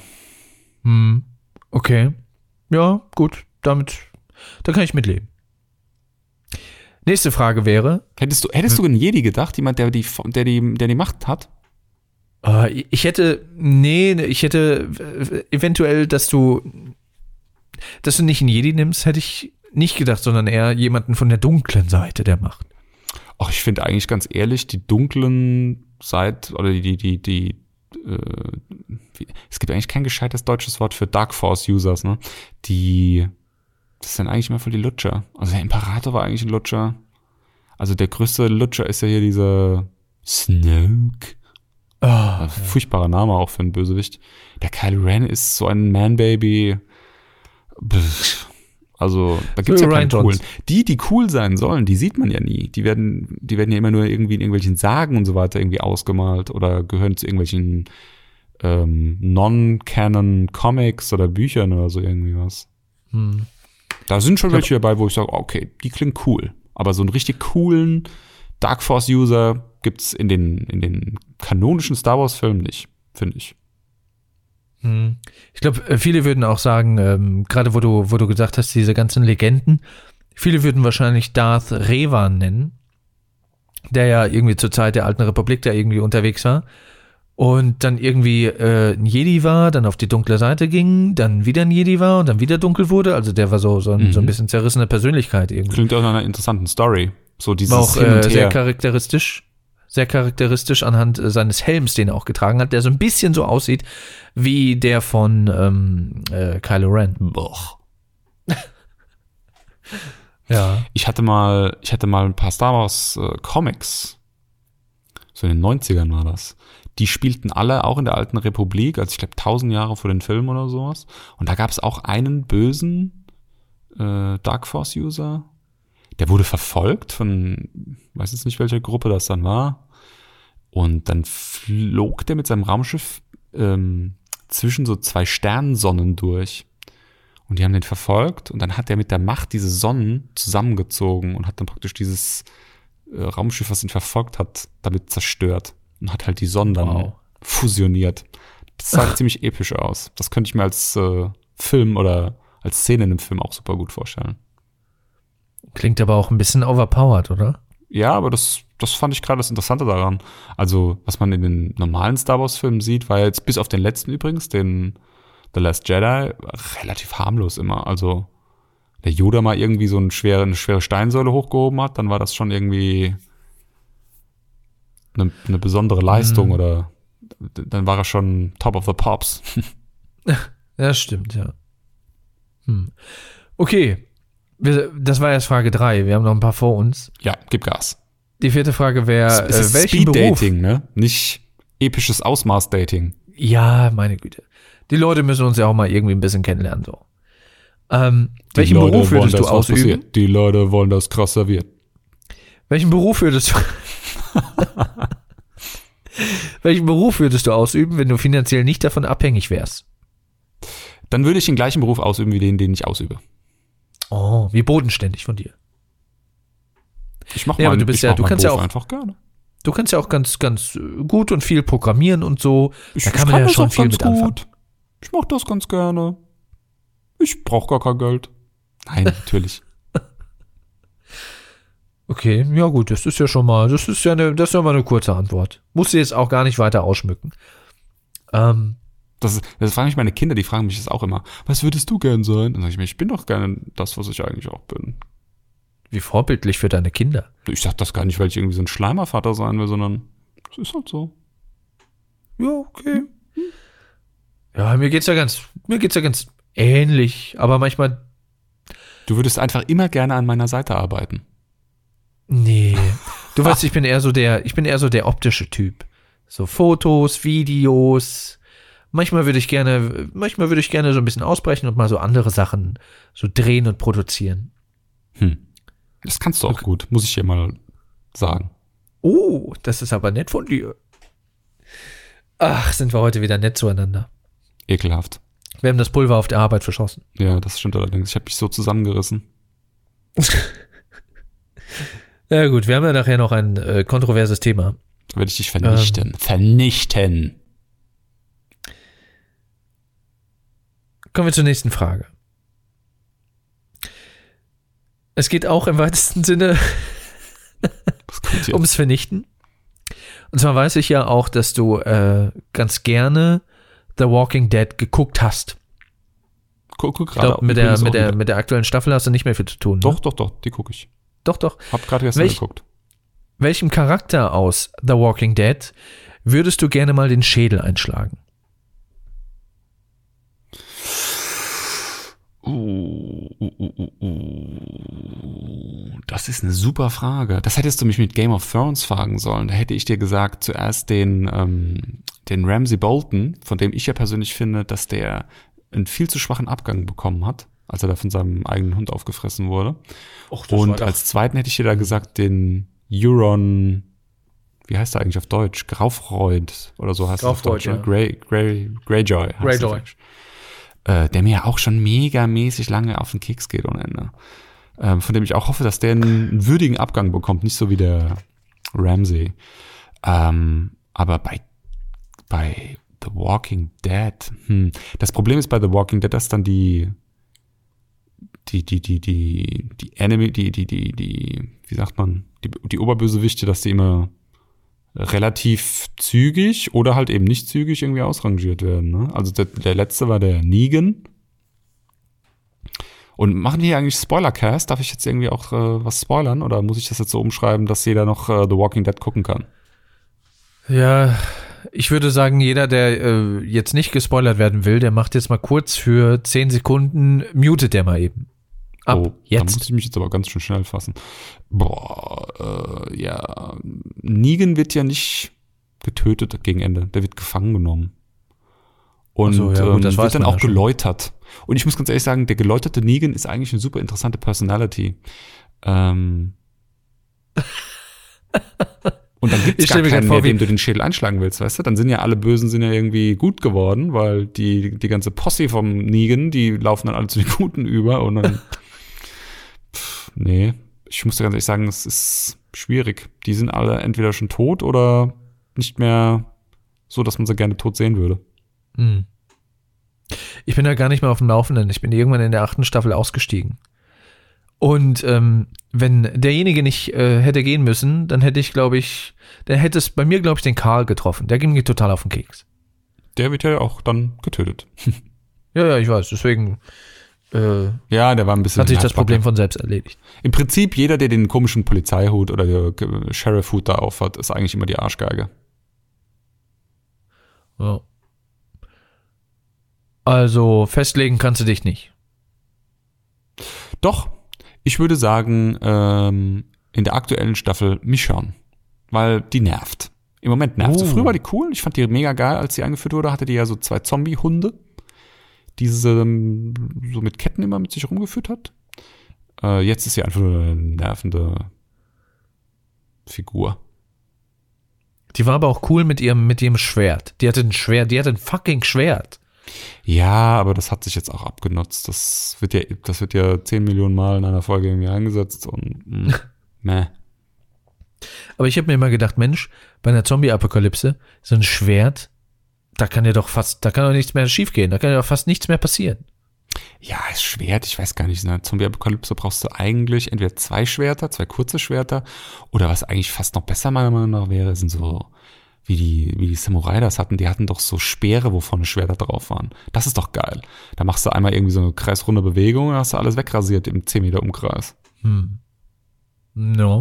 Okay. Ja, gut. Da kann ich mitleben. Nächste Frage wäre. Hättest du einen Jedi gedacht? Jemand, der die Macht hat? Ich hätte eventuell, dass du nicht einen Jedi nimmst, hätte ich nicht gedacht, sondern eher jemanden von der dunklen Seite der Macht. Ach, ich finde eigentlich ganz ehrlich, die dunklen Seite oder es gibt eigentlich kein gescheites deutsches Wort für Dark Force Users, ne? Das sind eigentlich immer voll die Lutscher. Also der Imperator war eigentlich ein Lutscher. Also der größte Lutscher ist ja hier dieser Snoke. Furchtbarer Name auch für einen Bösewicht. Der Kylo Ren ist so ein Man-Baby. Also, da gibt's ja keine coolen. Die cool sein sollen, die sieht man ja nie. Die werden ja immer nur irgendwie in irgendwelchen Sagen und so weiter irgendwie ausgemalt oder gehören zu irgendwelchen Non-Canon Comics oder Büchern oder so irgendwie was. Da sind schon welche dabei, wo ich sage, okay, die klingen cool. Aber so einen richtig coolen Dark Force-User gibt's in den kanonischen Star Wars-Filmen nicht, finde ich. Ich glaube, viele würden auch sagen, gerade wo du gesagt hast, diese ganzen Legenden, viele würden wahrscheinlich Darth Revan nennen, der ja irgendwie zur Zeit der Alten Republik da irgendwie unterwegs war und dann irgendwie ein Jedi war, dann auf die dunkle Seite ging, dann wieder ein Jedi war und dann wieder dunkel wurde. Also der war so ein bisschen zerrissene Persönlichkeit irgendwie. Klingt auch nach einer interessanten Story. So dieses war auch Hin und Her. sehr charakteristisch. Sehr charakteristisch anhand seines Helms, den er auch getragen hat, der so ein bisschen so aussieht wie der von Kylo Ren. Boah. Ja. Ich hatte mal ein paar Star Wars Comics. So in den 90ern war das. Die spielten alle auch in der alten Republik, also ich glaube 1000 Jahre vor den Filmen oder sowas. Und da gab es auch einen bösen Dark Force User. Der wurde verfolgt von, weiß jetzt nicht, welche Gruppe das dann war. Und dann flog der mit seinem Raumschiff zwischen so 2 Sternensonnen durch. Und die haben den verfolgt. Und dann hat er mit der Macht diese Sonnen zusammengezogen und hat dann praktisch dieses Raumschiff, was ihn verfolgt hat, damit zerstört. Und hat halt die Sonnen dann fusioniert. Das sah ziemlich episch aus. Das könnte ich mir als Film oder als Szene in einem Film auch super gut vorstellen. Klingt aber auch ein bisschen overpowered, oder? Ja, aber das fand ich gerade das Interessante daran. Also, was man in den normalen Star Wars-Filmen sieht, war jetzt bis auf den letzten übrigens, den The Last Jedi, relativ harmlos immer. Also, der Yoda mal irgendwie so eine schwere Steinsäule hochgehoben hat, dann war das schon irgendwie eine besondere Leistung oder dann war er schon Top of the Pops. Ja, stimmt, ja. Okay. Das war jetzt Frage 3. Wir haben noch ein paar vor uns. Ja, gib Gas. Die 4. Frage wäre, Es ist welchen Beruf? Speed-Dating, ne? Nicht episches Ausmaß-Dating. Ja, meine Güte. Die Leute müssen uns ja auch mal irgendwie ein bisschen kennenlernen. So. Welchen Beruf würdest du ausüben? Die Leute wollen das krass serviert. Welchen Beruf würdest du Welchen Beruf würdest du ausüben, wenn du finanziell nicht davon abhängig wärst? Dann würde ich den gleichen Beruf ausüben wie den ich ausübe. Oh, wie bodenständig von dir. Ich mache Ja, aber meinen kannst ja auch einfach gerne. Du kannst ja auch ganz, ganz gut und viel programmieren und so. Da kann ich man ja das schon auch viel ganz mit anfangen. gut. Ich mache das ganz gerne. Ich brauche gar kein Geld. Nein, natürlich. Okay, ja gut, das ist ja mal eine kurze Antwort. Musst du jetzt auch gar nicht weiter ausschmücken. Das fragen mich meine Kinder, die fragen mich das auch immer. Was würdest du gern sein? Dann sage ich mir, ich bin doch gerne das, was ich eigentlich auch bin. Wie vorbildlich für deine Kinder. Ich sag das gar nicht, weil ich irgendwie so ein Schleimervater sein will, sondern es ist halt so. Ja, okay. Ja, mir geht's ja ganz ähnlich, aber manchmal. Du würdest einfach immer gerne an meiner Seite arbeiten. Nee. Du weißt, ich bin eher so der optische Typ. So Fotos, Videos. Manchmal würde ich gerne so ein bisschen ausbrechen und mal so andere Sachen so drehen und produzieren. Das kannst du auch gut, muss ich dir mal sagen. Oh, das ist aber nett von dir. Ach, sind wir heute wieder nett zueinander. Ekelhaft. Wir haben das Pulver auf der Arbeit verschossen. Ja, das stimmt allerdings. Ich habe mich so zusammengerissen. Ja gut, wir haben ja nachher noch ein kontroverses Thema. Da werde ich dich vernichten. Vernichten. Kommen wir zur nächsten Frage. Es geht auch im weitesten Sinne ums Vernichten. Und zwar weiß ich ja auch, dass du ganz gerne The Walking Dead geguckt hast. Guck Ich glaube, mit der aktuellen Staffel hast du nicht mehr viel zu tun. Doch, die gucke ich. Doch. Hab gerade gestern geguckt. Welchem Charakter aus The Walking Dead würdest du gerne mal den Schädel einschlagen? Das ist eine super Frage. Das hättest du mich mit Game of Thrones fragen sollen. Da hätte ich dir gesagt, zuerst den Ramsay Bolton, von dem ich ja persönlich finde, dass der einen viel zu schwachen Abgang bekommen hat, als er da von seinem eigenen Hund aufgefressen wurde. Und als zweiten hätte ich dir da gesagt, den Euron, wie heißt er eigentlich auf Deutsch? Graufreud oder so heißt er auf Deutsch. Ja. Greyjoy. Greyjoy. Der mir ja auch schon megamäßig lange auf den Keks geht ohne Ende. Von dem ich auch hoffe, dass der einen würdigen Abgang bekommt, nicht so wie der Ramsay. Aber bei The Walking Dead, das Problem ist bei The Walking Dead, dass dann die Enemy, wie sagt man, die Oberbösewichte, dass die immer relativ zügig oder halt eben nicht zügig irgendwie ausrangiert werden. Ne? Also der letzte war der Negan. Und machen die hier eigentlich Spoilercast? Darf ich jetzt irgendwie auch was spoilern? Oder muss ich das jetzt so umschreiben, dass jeder noch The Walking Dead gucken kann? Ja, ich würde sagen, jeder, der jetzt nicht gespoilert werden will, der macht jetzt mal kurz für 10 Sekunden, mutet der mal eben. Ab Da jetzt. muss ich mich jetzt aber ganz schön schnell fassen. Ja. Negan wird ja nicht getötet gegen Ende. Der wird gefangen genommen. Und Ach so, ja, gut, das weiß wird dann man auch ja schon. geläutert. Und ich muss ganz ehrlich sagen, der geläuterte Negan ist eigentlich eine super interessante Personality. Und dann gibt Ich es gar stell mir grad keinen vor, mehr, wie- dem du den Schädel einschlagen willst, weißt du? Dann sind ja alle Bösen sind ja irgendwie gut geworden, weil die ganze Posse vom Negan, die laufen dann alle zu den Guten über und dann nee, ich muss dir ganz ehrlich sagen, es ist schwierig. Die sind alle entweder schon tot oder nicht mehr so, dass man sie gerne tot sehen würde. Hm. Ich bin da gar nicht mehr auf dem Laufenden. Ich bin irgendwann in der 8. Staffel ausgestiegen. Und wenn derjenige nicht hätte gehen müssen, dann hätte es bei mir, glaube ich, den Karl getroffen. Der ging mir total auf den Keks. Der wird ja auch dann getötet. Ja, ich weiß. Deswegen Ja, der war ein bisschen hat sich das Halsbacker. Problem von selbst erledigt. Im Prinzip, jeder, der den komischen Polizeihut oder der Sheriff-Hut da aufhat, ist eigentlich immer die Arschgeige. Ja. Also festlegen kannst du dich nicht. Doch, ich würde sagen, in der aktuellen Staffel Michonne, weil die nervt. Im Moment nervt sie. Oh. Früher war die cool, ich fand die mega geil, als sie eingeführt wurde, hatte die ja so 2 Zombie-Hunde, die sie so mit Ketten immer mit sich rumgeführt hat. Jetzt ist sie einfach nur eine nervende Figur. Die war aber auch cool mit ihrem Schwert. Die hatte ein fucking Schwert. Ja, aber das hat sich jetzt auch abgenutzt. Das wird ja 10 Millionen Mal in einer Folge irgendwie eingesetzt und meh. Aber ich habe mir immer gedacht, Mensch, bei einer Zombie-Apokalypse, so ein Schwert, da kann doch nichts mehr schiefgehen. Da kann ja doch fast nichts mehr passieren. Ja, ist Schwert, ich weiß gar nicht, in einer Zombie-Apokalypse brauchst du eigentlich entweder 2 Schwerter, 2 kurze Schwerter, oder was eigentlich fast noch besser meiner Meinung nach wäre, sind so, wie die Samurai das hatten, die hatten doch so Speere, wo vorne Schwerter drauf waren. Das ist doch geil. Da machst du einmal irgendwie so eine kreisrunde Bewegung und hast du alles wegrasiert im 10 Meter Umkreis. No.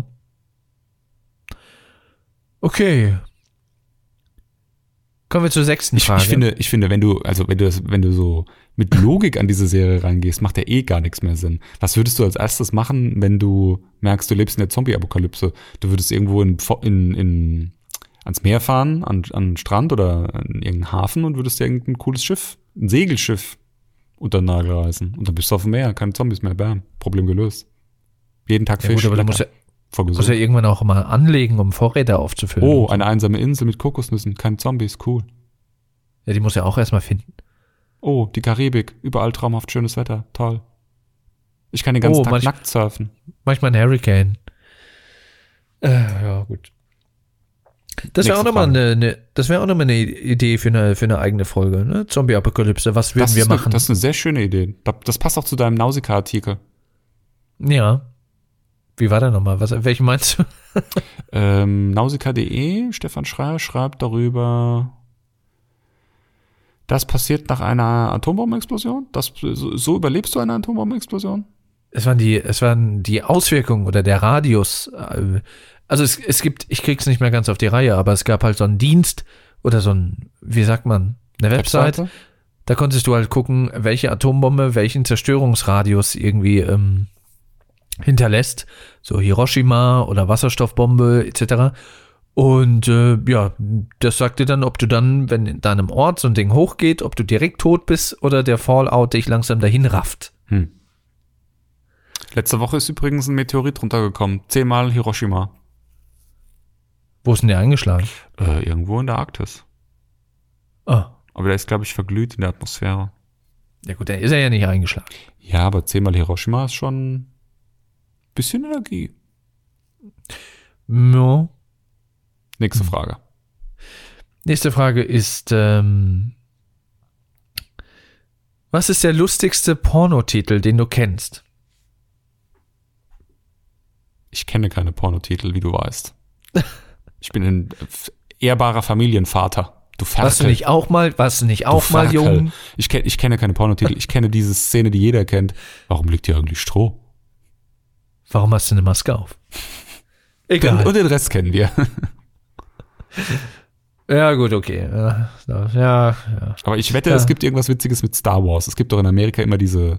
Okay. Kommen wir zur 6. Frage. Ich finde, wenn du so mit Logik an diese Serie reingehst, macht ja gar nichts mehr Sinn. Was würdest du als erstes machen, wenn du merkst, du lebst in der Zombie-Apokalypse? Du würdest irgendwo ans Meer fahren, an den Strand oder in irgendeinen Hafen und würdest dir irgendein cooles Schiff, ein Segelschiff unter den Nagel reißen. Und dann bist du auf dem Meer, keine Zombies mehr, bam, Problem gelöst. Jeden Tag Ja, Fisch, gut, aber da lecker. Voll muss gesund. ja irgendwann auch mal anlegen, um Vorräte aufzufüllen. Oh, eine einsame Insel mit Kokosnüssen, keine Zombies, cool. Ja, die muss ja auch erstmal finden. Oh, die Karibik, überall traumhaft schönes Wetter, toll. Ich kann den ganzen Tag nackt surfen. Manchmal ein Hurricane. Ja, gut. Das wäre auch nochmal eine Idee für eine eigene Folge, ne? Zombie-Apokalypse. Was würden wir machen? Das ist eine sehr schöne Idee. Das passt auch zu deinem Nausicaa-Artikel. Ja. Wie war der nochmal? Welchen meinst du? Nausicaa.de, Stefan Schreier schreibt darüber, das passiert nach einer Atombombenexplosion? So überlebst du eine Atombombenexplosion? Es waren die Auswirkungen oder der Radius. Also es gibt, ich krieg's nicht mehr ganz auf die Reihe, aber es gab halt so einen Dienst oder so ein, wie sagt man, eine Website. Da konntest du halt gucken, welche Atombombe welchen Zerstörungsradius irgendwie hinterlässt. So Hiroshima oder Wasserstoffbombe etc. Und ja, das sagt dir dann, ob du dann, wenn in deinem Ort so ein Ding hochgeht, ob du direkt tot bist oder der Fallout dich langsam dahin rafft. Letzte Woche ist übrigens ein Meteorit runtergekommen. 10-mal Hiroshima. Wo ist denn der eingeschlagen? Irgendwo in der Arktis. Ah. Aber der ist, glaube ich, verglüht in der Atmosphäre. Ja gut, der ist ja nicht eingeschlagen. Ja, aber 10-mal Hiroshima ist schon ein bisschen Energie. No. Nächste Frage. Nächste Frage ist, was ist der lustigste Pornotitel, den du kennst? Ich kenne keine Pornotitel, wie du weißt. Ich bin ein ehrbarer Familienvater. Du Ferkel. Warst du nicht auch mal jung? Ich kenne keine Pornotitel. Ich kenne diese Szene, die jeder kennt. Warum liegt hier eigentlich Stroh? Warum hast du eine Maske auf? Egal. Und den Rest kennen wir. Ja, gut, okay. Ja. Aber ich wette, es gibt irgendwas Witziges mit Star Wars. Es gibt doch in Amerika immer diese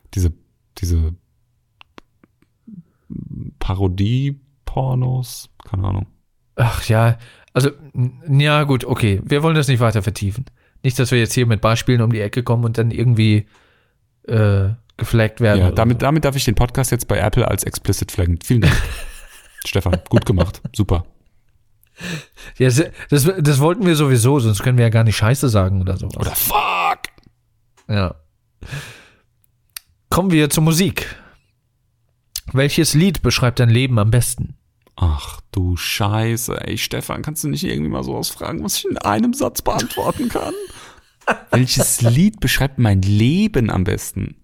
Parodie-Pornos. Keine Ahnung. Ach ja, also, ja gut, okay. Wir wollen das nicht weiter vertiefen. Nicht, dass wir jetzt hier mit Beispielen um die Ecke kommen und dann irgendwie geflaggt werden. Ja, damit darf ich den Podcast jetzt bei Apple als explicit flaggen. Vielen Dank. Stefan, gut gemacht. Super. Ja, das wollten wir sowieso, sonst können wir ja gar nicht Scheiße sagen oder sowas. Oder fuck. Ja. Kommen wir zur Musik. Welches Lied beschreibt dein Leben am besten? Ach du Scheiße, ey Stefan, kannst du nicht irgendwie mal sowas fragen, was ich in einem Satz beantworten kann? Welches Lied beschreibt mein Leben am besten?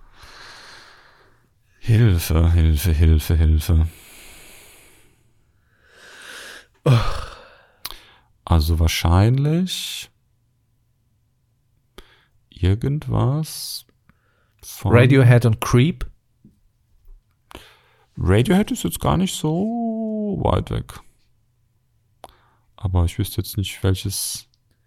Hilfe. Also wahrscheinlich irgendwas von Radiohead und Creep? Radiohead ist jetzt gar nicht so weit weg. Aber ich wüsste jetzt nicht, welches.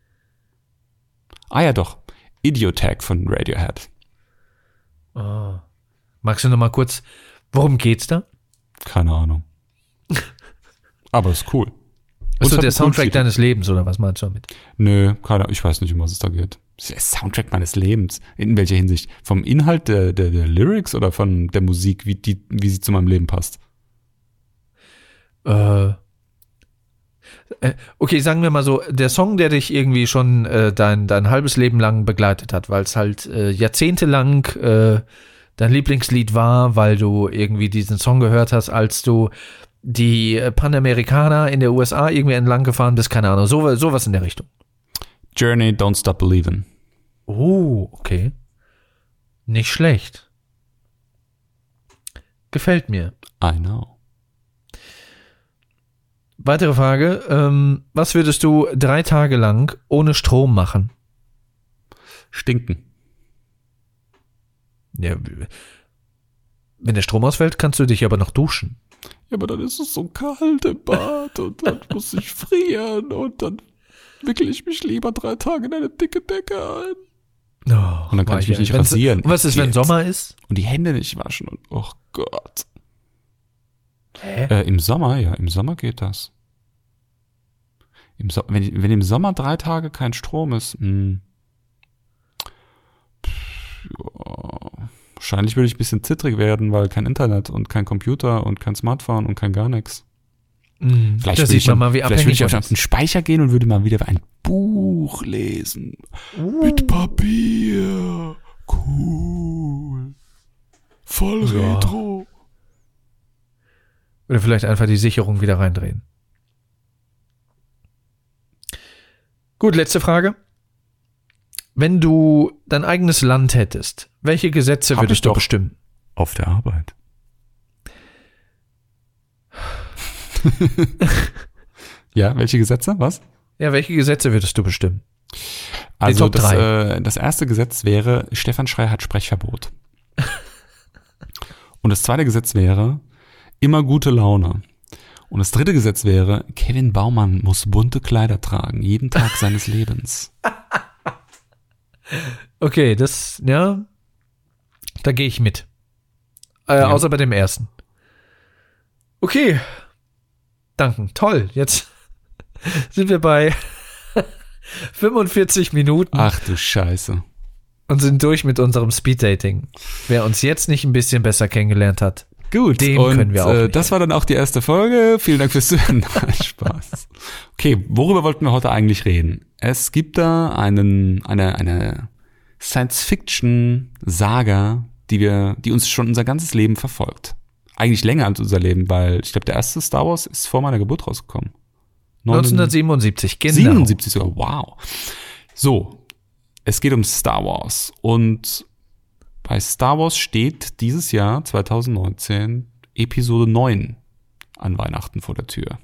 Ah ja, doch. Idiotag von Radiohead. Oh. Magst du noch mal kurz, worum geht's da? Keine Ahnung. Aber ist cool. Also der Soundtrack deines Lebens, oder was meinst du damit? Nö, keine Ahnung. Ich weiß nicht, um was es da geht. Das ist der Soundtrack meines Lebens. In welcher Hinsicht? Vom Inhalt der Lyrics oder von der Musik, wie sie zu meinem Leben passt? Okay, sagen wir mal so, der Song, der dich irgendwie schon dein halbes Leben lang begleitet hat, weil es halt jahrzehntelang dein Lieblingslied war, weil du irgendwie diesen Song gehört hast, als du die Panamerikaner in der USA irgendwie entlang gefahren bist, keine Ahnung, sowas in der Richtung. Journey, Don't Stop Believin'. Oh, okay. Nicht schlecht. Gefällt mir. I know. Weitere Frage. Was würdest du 3 Tage lang ohne Strom machen? Stinken. Ja, wenn der Strom ausfällt, kannst du dich aber noch duschen. Ja, aber dann ist es so kalt im Bad und dann muss ich frieren und dann wickel ich mich lieber 3 Tage in eine dicke Decke ein. Oh, und dann kann ich mich nicht rasieren. Und was ist, wenn Sommer ist? Und die Hände nicht waschen und oh Gott. Hä? Im Sommer geht das. Wenn im Sommer 3 Tage kein Strom ist, wahrscheinlich würde ich ein bisschen zittrig werden, weil kein Internet und kein Computer und kein Smartphone und kein gar nichts. Vielleicht würde ich auf den Speicher gehen und würde mal wieder ein Buch lesen. Mit Papier. Cool. Voll retro. Oder vielleicht einfach die Sicherung wieder reindrehen. Gut, letzte Frage. Wenn du dein eigenes Land hättest, welche Gesetze würdest du bestimmen? Auf der Arbeit. Ja, welche Gesetze? Was? Ja, welche Gesetze würdest du bestimmen? Also das erste Gesetz wäre, Stefan Schreier hat Sprechverbot. Und das zweite Gesetz wäre, immer gute Laune. Und das dritte Gesetz wäre, Kevin Baumann muss bunte Kleider tragen, jeden Tag seines Lebens. Okay, da gehe ich mit. Außer bei dem ersten. Okay. Danke. Toll. Jetzt sind wir bei 45 Minuten. Ach du Scheiße. Und sind durch mit unserem Speeddating. Wer uns jetzt nicht ein bisschen besser kennengelernt hat, gut, dem können wir auch nicht. Das war dann auch die erste Folge. Vielen Dank fürs Zuhören. Spaß. Okay, worüber wollten wir heute eigentlich reden? Es gibt da eine Science-Fiction-Saga, die uns schon unser ganzes Leben verfolgt. Eigentlich länger als unser Leben, weil ich glaube, der erste Star Wars ist vor meiner Geburt rausgekommen. 1977, genau. 77 sogar, wow. So, es geht um Star Wars. Und bei Star Wars steht dieses Jahr, 2019, Episode 9 an Weihnachten vor der Tür.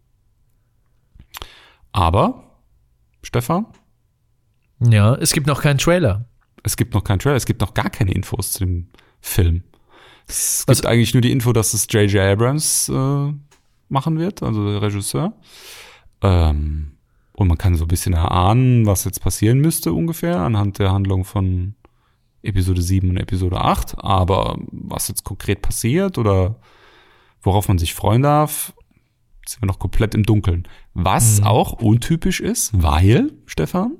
Aber, Stefan? Ja, es gibt noch keinen Trailer. Es gibt noch keinen Trailer, es gibt noch gar keine Infos zu dem Film. Es gibt eigentlich nur die Info, dass es J.J. Abrams machen wird, also der Regisseur. Und man kann so ein bisschen erahnen, was jetzt passieren müsste ungefähr anhand der Handlung von Episode 7 und Episode 8. Aber was jetzt konkret passiert oder worauf man sich freuen darf, sind wir noch komplett im Dunkeln. Was auch untypisch ist, weil, Stefan?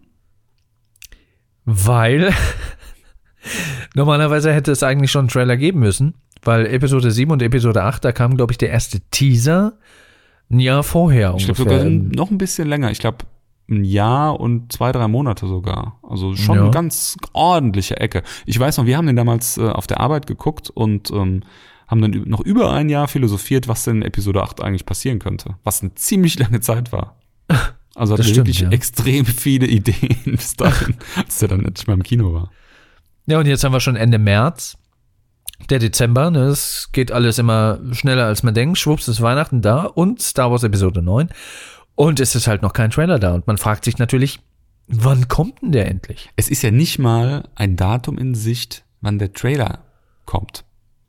Weil normalerweise hätte es eigentlich schon einen Trailer geben müssen, weil Episode 7 und Episode 8, da kam, glaube ich, der erste Teaser ein Jahr vorher Ich ungefähr. glaube sogar noch ein bisschen länger. Ich glaube ein Jahr und 2-3 Monate sogar. Also schon eine ganz ordentliche Ecke. Ich weiß noch, wir haben den damals auf der Arbeit geguckt und haben dann noch über ein Jahr philosophiert, was denn in Episode 8 eigentlich passieren könnte. Was eine ziemlich lange Zeit war. Also hatten wir wirklich extrem viele Ideen bis dahin, als der dann endlich mal im Kino war. Ja, und jetzt haben wir schon Ende März. Der Dezember, ne, es geht alles immer schneller als man denkt. Schwupps, ist Weihnachten da und Star Wars Episode 9. Und es ist halt noch kein Trailer da. Und man fragt sich natürlich, wann kommt denn der endlich? Es ist ja nicht mal ein Datum in Sicht, wann der Trailer kommt.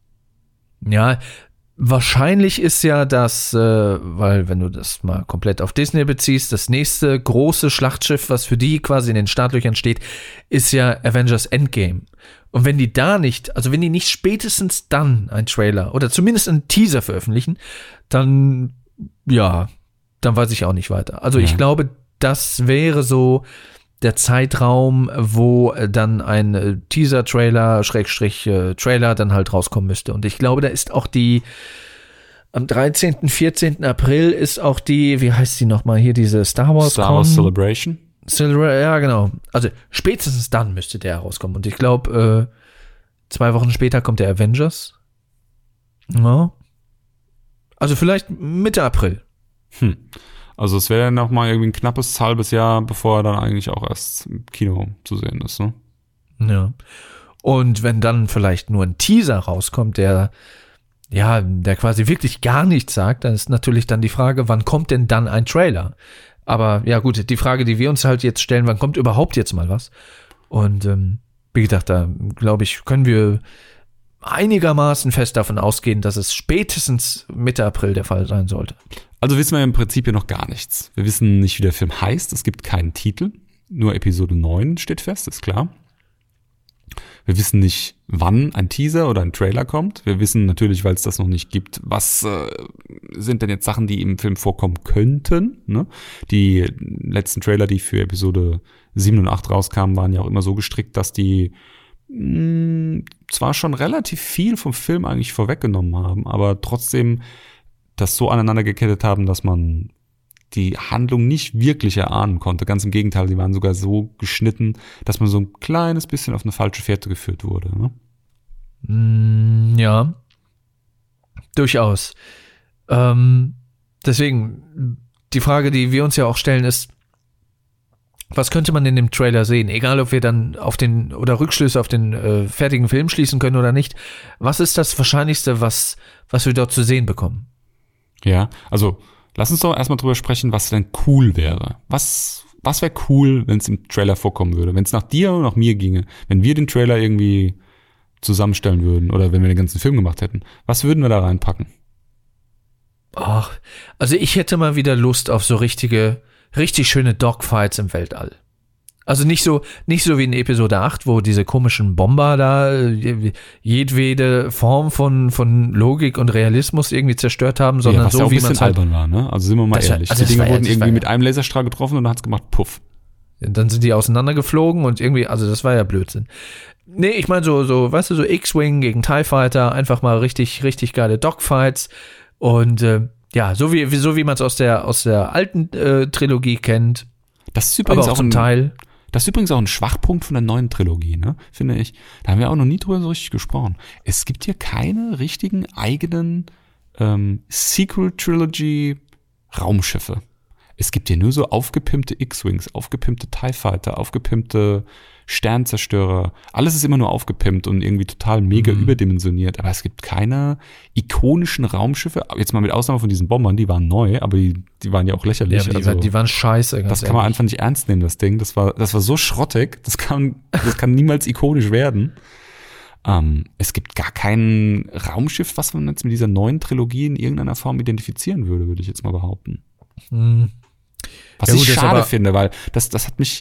Ja, wahrscheinlich ist ja das, weil wenn du das mal komplett auf Disney beziehst, das nächste große Schlachtschiff, was für die quasi in den Startlöchern steht, ist ja Avengers Endgame. Und wenn die da nicht, also wenn die nicht spätestens dann einen Trailer oder zumindest einen Teaser veröffentlichen, dann, ja, dann weiß ich auch nicht weiter. Also ich glaube, das wäre so der Zeitraum, wo dann ein Teaser-Trailer, Trailer dann halt rauskommen müsste. Und ich glaube, da ist auch am 13., 14. April ist auch wie heißt die nochmal hier, diese Star Wars Celebration? Ja, genau. Also spätestens dann müsste der rauskommen. Und ich glaube, 2 Wochen später kommt der Avengers. Ja. Also vielleicht Mitte April. Also es wäre noch mal irgendwie ein knappes halbes Jahr, bevor er dann eigentlich auch erst im Kino zu sehen ist, ne? Ja. Und wenn dann vielleicht nur ein Teaser rauskommt, der quasi wirklich gar nichts sagt, dann ist natürlich dann die Frage, wann kommt denn dann ein Trailer? Aber ja gut, die Frage, die wir uns halt jetzt stellen, wann kommt überhaupt jetzt mal was? Und wie gesagt, da glaube ich, können wir einigermaßen fest davon ausgehen, dass es spätestens Mitte April der Fall sein sollte. Also wissen wir im Prinzip ja noch gar nichts. Wir wissen nicht, wie der Film heißt. Es gibt keinen Titel. Nur Episode 9 steht fest, ist klar. Wir wissen nicht, wann ein Teaser oder ein Trailer kommt. Wir wissen natürlich, weil es das noch nicht gibt, was sind denn jetzt Sachen, die im Film vorkommen könnten. Ne? Die letzten Trailer, die für Episode 7 und 8 rauskamen, waren ja auch immer so gestrickt, dass die zwar schon relativ viel vom Film eigentlich vorweggenommen haben, aber trotzdem das so aneinander gekettet haben, dass man die Handlung nicht wirklich erahnen konnte. Ganz im Gegenteil, die waren sogar so geschnitten, dass man so ein kleines bisschen auf eine falsche Fährte geführt wurde. Ne? Ja, durchaus. Deswegen, die Frage, die wir uns ja auch stellen, ist, was könnte man in dem Trailer sehen? Egal, ob wir dann oder Rückschlüsse auf den fertigen Film schließen können oder nicht. Was ist das Wahrscheinlichste, was wir dort zu sehen bekommen? Ja, also lass uns doch erstmal drüber sprechen, was denn cool wäre. Was wäre cool, wenn es im Trailer vorkommen würde? Wenn es nach dir oder nach mir ginge, wenn wir den Trailer irgendwie zusammenstellen würden oder wenn wir den ganzen Film gemacht hätten, was würden wir da reinpacken? Ach, also ich hätte mal wieder Lust auf so richtig schöne Dogfights im Weltall. Also nicht so wie in Episode 8, wo diese komischen Bomber da jedwede Form von Logik und Realismus irgendwie zerstört haben, sondern was so, ja auch wie man es halt albern war, ne? Also sind wir mal ehrlich. Die Dinge wurden irgendwie mit einem Laserstrahl getroffen und dann hat's gemacht, puff. Dann sind die auseinandergeflogen und irgendwie, also das war ja Blödsinn. Nee, ich meine so, weißt du, so X-Wing gegen TIE Fighter, einfach mal richtig geile Dogfights und ja, so wie man es aus der alten Trilogie kennt. Das ist übrigens aber auch zum Teil. Das ist übrigens auch ein Schwachpunkt von der neuen Trilogie, ne? Finde ich. Da haben wir auch noch nie drüber so richtig gesprochen. Es gibt hier keine richtigen eigenen Sequel-Trilogy-Raumschiffe. Es gibt hier nur so aufgepimpte X-Wings, aufgepimpte TIE Fighter, aufgepimpte Sternzerstörer. Alles ist immer nur aufgepimpt und irgendwie total mega überdimensioniert. Aber es gibt keine ikonischen Raumschiffe. Jetzt mal mit Ausnahme von diesen Bombern, die waren neu, aber die waren ja auch lächerlich. Ja, die waren scheiße. Das kann man einfach nicht ernst nehmen, das Ding. Das war so schrottig. Das kann niemals ikonisch werden. Es gibt gar kein Raumschiff, was man jetzt mit dieser neuen Trilogie in irgendeiner Form identifizieren würde ich jetzt mal behaupten. Was ich schade finde, weil das hat mich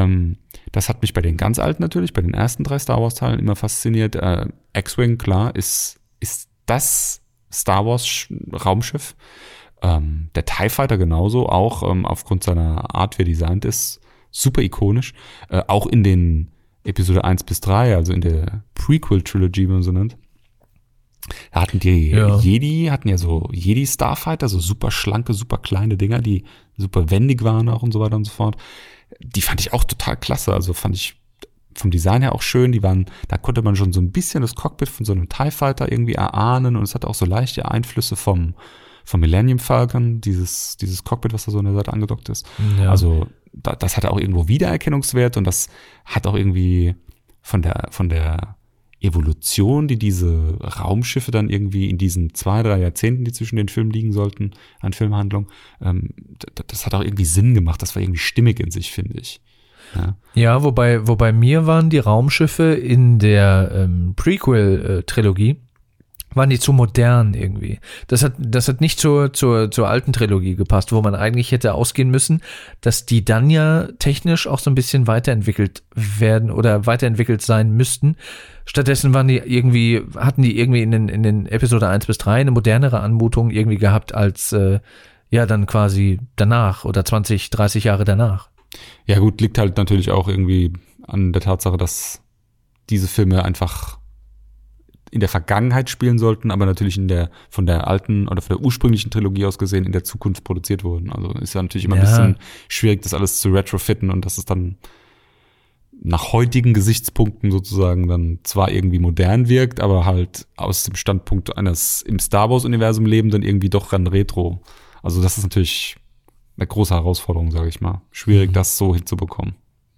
bei den ganz alten natürlich, bei den ersten 3 Star Wars Teilen immer fasziniert. X-Wing, klar, ist das Star Wars Raumschiff. Der TIE Fighter genauso, auch aufgrund seiner Art, wie er designt ist, super ikonisch. Auch in den Episode 1 bis 3, also in der Prequel-Trilogy, wie man so nennt. Da hatten die Jedi so Jedi-Starfighter, so super schlanke, super kleine Dinger, die super wendig waren auch und so weiter und so fort. Die fand ich auch total klasse, also fand ich vom Design her auch schön. Da konnte man schon so ein bisschen das Cockpit von so einem TIE Fighter irgendwie erahnen und es hatte auch so leichte Einflüsse vom Millennium Falcon, dieses Cockpit, was da so an der Seite angedockt ist. Ja. Also das hatte auch irgendwo Wiedererkennungswert und das hat auch irgendwie von der Evolution, die diese Raumschiffe dann irgendwie in diesen 2-3 Jahrzehnten, die zwischen den Filmen liegen sollten, an Filmhandlung, das hat auch irgendwie Sinn gemacht. Das war irgendwie stimmig in sich, finde ich. Ja, wobei mir waren die Raumschiffe in der Prequel-Trilogie waren die zu modern irgendwie. Das hat nicht zur alten Trilogie gepasst, wo man eigentlich hätte ausgehen müssen, dass die dann ja technisch auch so ein bisschen weiterentwickelt werden oder weiterentwickelt sein müssten. Stattdessen hatten die irgendwie in den Episode 1 bis 3 eine modernere Anmutung irgendwie gehabt als dann quasi danach oder 20, 30 Jahre danach. Ja gut, liegt halt natürlich auch irgendwie an der Tatsache, dass diese Filme einfach in der Vergangenheit spielen sollten, aber natürlich von der alten oder von der ursprünglichen Trilogie aus gesehen in der Zukunft produziert wurden. Also ist ja natürlich immer ein bisschen schwierig, das alles zu retrofitten und dass es dann nach heutigen Gesichtspunkten sozusagen dann zwar irgendwie modern wirkt, aber halt aus dem Standpunkt eines im Star Wars-Universum lebenden irgendwie doch ran retro. Also das ist natürlich eine große Herausforderung, sage ich mal. Schwierig, das so hinzubekommen.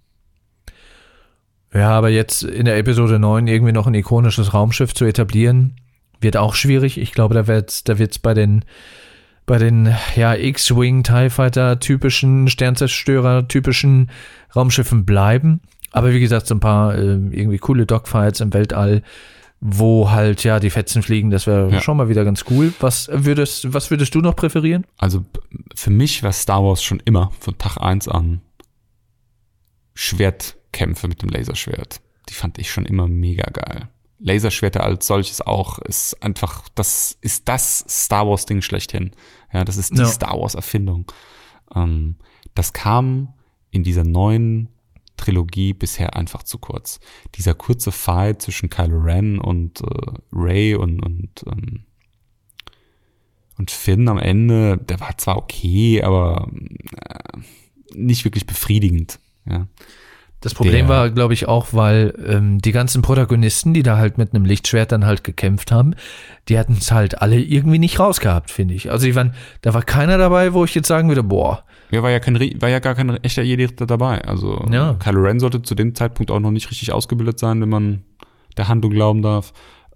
Ja, aber jetzt in der Episode 9 irgendwie noch ein ikonisches Raumschiff zu etablieren, wird auch schwierig. Ich glaube, da wird's bei den X-Wing, TIE Fighter typischen, Sternzerstörer typischen Raumschiffen bleiben. Aber wie gesagt, so ein paar irgendwie coole Dogfights im Weltall, wo halt die Fetzen fliegen, das wäre schon mal wieder ganz cool. Was würdest du noch präferieren? Also für mich war Star Wars schon immer von Tag 1 an Schwertkämpfe mit dem Laserschwert. Die fand ich schon immer mega geil. Laserschwerter als solches auch ist einfach, das ist das Star Wars Ding schlechthin. Ja, das ist die Star Wars Erfindung. Das kam in dieser neuen Trilogie bisher einfach zu kurz. Dieser kurze Fight zwischen Kylo Ren und Rey und Finn am Ende, der war zwar okay, aber nicht wirklich befriedigend. Ja. Das Problem war, glaube ich, auch, weil die ganzen Protagonisten, die da halt mit einem Lichtschwert dann halt gekämpft haben, die hatten es halt alle irgendwie nicht rausgehabt, finde ich. Also da war keiner dabei, wo ich jetzt sagen würde, boah. Ja, war ja gar kein echter Jedi dabei. Also Kylo Ren sollte zu dem Zeitpunkt auch noch nicht richtig ausgebildet sein, wenn man der Handlung glauben darf.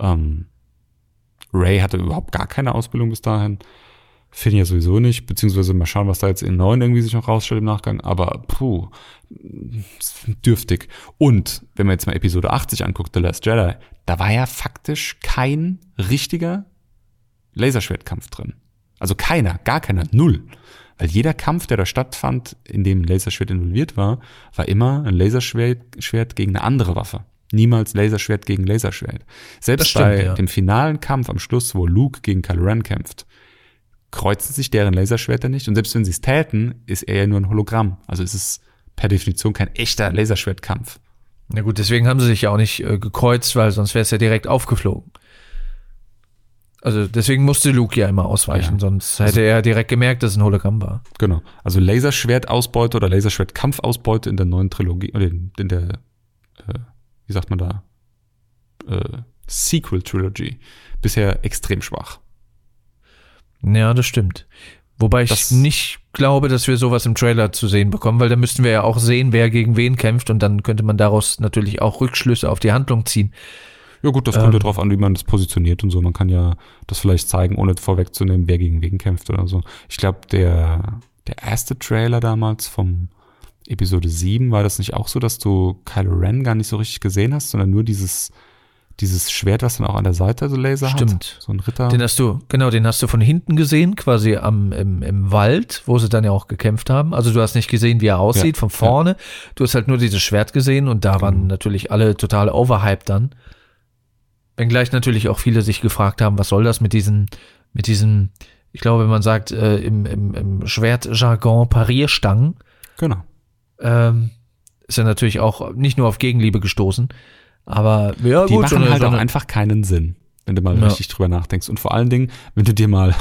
Rey hatte überhaupt gar keine Ausbildung bis dahin. Finn ja sowieso nicht, beziehungsweise mal schauen, was da jetzt in 9 irgendwie sich noch rausstellt im Nachgang. Aber dürftig. Und wenn man jetzt mal Episode 80 anguckt, The Last Jedi, da war ja faktisch kein richtiger Laserschwertkampf drin. Also gar keiner, null. Weil jeder Kampf, der da stattfand, in dem ein Laserschwert involviert war immer ein Laserschwert gegen eine andere Waffe. Niemals Laserschwert gegen Laserschwert. Selbst bei dem finalen Kampf am Schluss, wo Luke gegen Kylo Ren kämpft, kreuzen sich deren Laserschwerter nicht. Und selbst wenn sie es täten, ist er ja nur ein Hologramm. Also ist es per Definition kein echter Laserschwertkampf. Na gut, deswegen haben sie sich ja auch nicht gekreuzt, weil sonst wäre es ja direkt aufgeflogen. Also deswegen musste Luke ja immer ausweichen, sonst hätte er direkt gemerkt, dass es ein Hologramm war. Genau. Also Laserschwertausbeute oder Laserschwertkampfausbeute in der neuen Trilogie, oder in der, wie sagt man da, Sequel-Trilogy. Bisher extrem schwach. Ja, das stimmt. Wobei ich nicht glaube, dass wir sowas im Trailer zu sehen bekommen, weil da müssten wir ja auch sehen, wer gegen wen kämpft und dann könnte man daraus natürlich auch Rückschlüsse auf die Handlung ziehen. Ja gut, das kommt ja drauf an, wie man das positioniert und so. Man kann ja das vielleicht zeigen, ohne vorwegzunehmen, wer gegen wen kämpft oder so. Ich glaube, der erste Trailer damals vom Episode 7, war das nicht auch so, dass du Kylo Ren gar nicht so richtig gesehen hast, sondern nur dieses dieses Schwert, was dann auch an der Seite so Laser hat. Stimmt. So ein Ritter. Den hast du von hinten gesehen, quasi im Wald, wo sie dann ja auch gekämpft haben. Also du hast nicht gesehen, wie er aussieht, von vorne. Ja. Du hast halt nur dieses Schwert gesehen und da waren natürlich alle total overhyped dann. Wenngleich natürlich auch viele sich gefragt haben, was soll das mit diesen, ich glaube, man sagt im Schwertjargon Parierstangen. Genau. Ist ja natürlich auch nicht nur auf Gegenliebe gestoßen, aber ja, die gut. machen halt auch einfach keinen Sinn, wenn du mal richtig drüber nachdenkst. Und vor allen Dingen, wenn du dir mal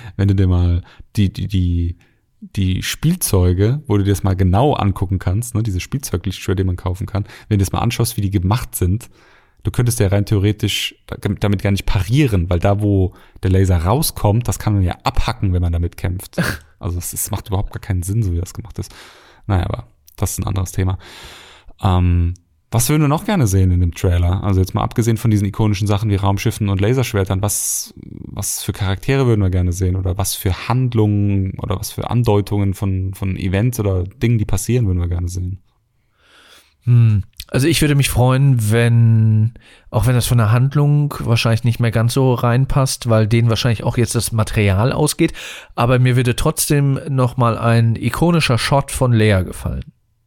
die Spielzeuge, wo du dir das mal genau angucken kannst, ne, diese Spielzeuglichtschwert, die man kaufen kann, wenn du das mal anschaust, wie die gemacht sind, du könntest ja rein theoretisch damit gar nicht parieren, weil da, wo der Laser rauskommt, das kann man ja abhacken, wenn man damit kämpft. Also das macht überhaupt gar keinen Sinn, so wie das gemacht ist. Naja, aber das ist ein anderes Thema. Was würden wir noch gerne sehen in dem Trailer? Also jetzt mal abgesehen von diesen ikonischen Sachen wie Raumschiffen und Laserschwertern, was für Charaktere würden wir gerne sehen? Oder was für Handlungen oder was für Andeutungen von Events oder Dingen, die passieren, würden wir gerne sehen? Also ich würde mich freuen, auch wenn das von der Handlung wahrscheinlich nicht mehr ganz so reinpasst, weil denen wahrscheinlich auch jetzt das Material ausgeht, aber mir würde trotzdem nochmal ein ikonischer Shot von Leia gefallen.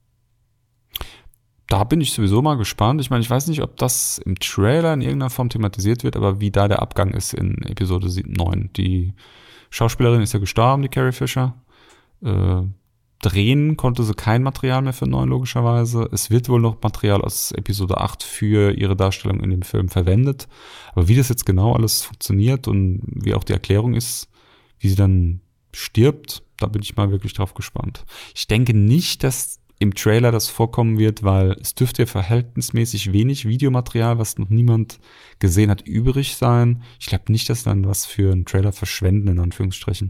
Da bin ich sowieso mal gespannt. Ich meine, ich weiß nicht, ob das im Trailer in irgendeiner Form thematisiert wird, aber wie da der Abgang ist in Episode 9. Die Schauspielerin ist ja gestorben, die Carrie Fisher. Drehen konnte sie kein Material mehr für 9, logischerweise. Es wird wohl noch Material aus Episode 8 für ihre Darstellung in dem Film verwendet. Aber wie das jetzt genau alles funktioniert und wie auch die Erklärung ist, wie sie dann stirbt, da bin ich mal wirklich drauf gespannt. Ich denke nicht, dass im Trailer das vorkommen wird, weil es dürfte ja verhältnismäßig wenig Videomaterial, was noch niemand gesehen hat, übrig sein. Ich glaube nicht, dass dann was für einen Trailer verschwenden, in Anführungsstrichen.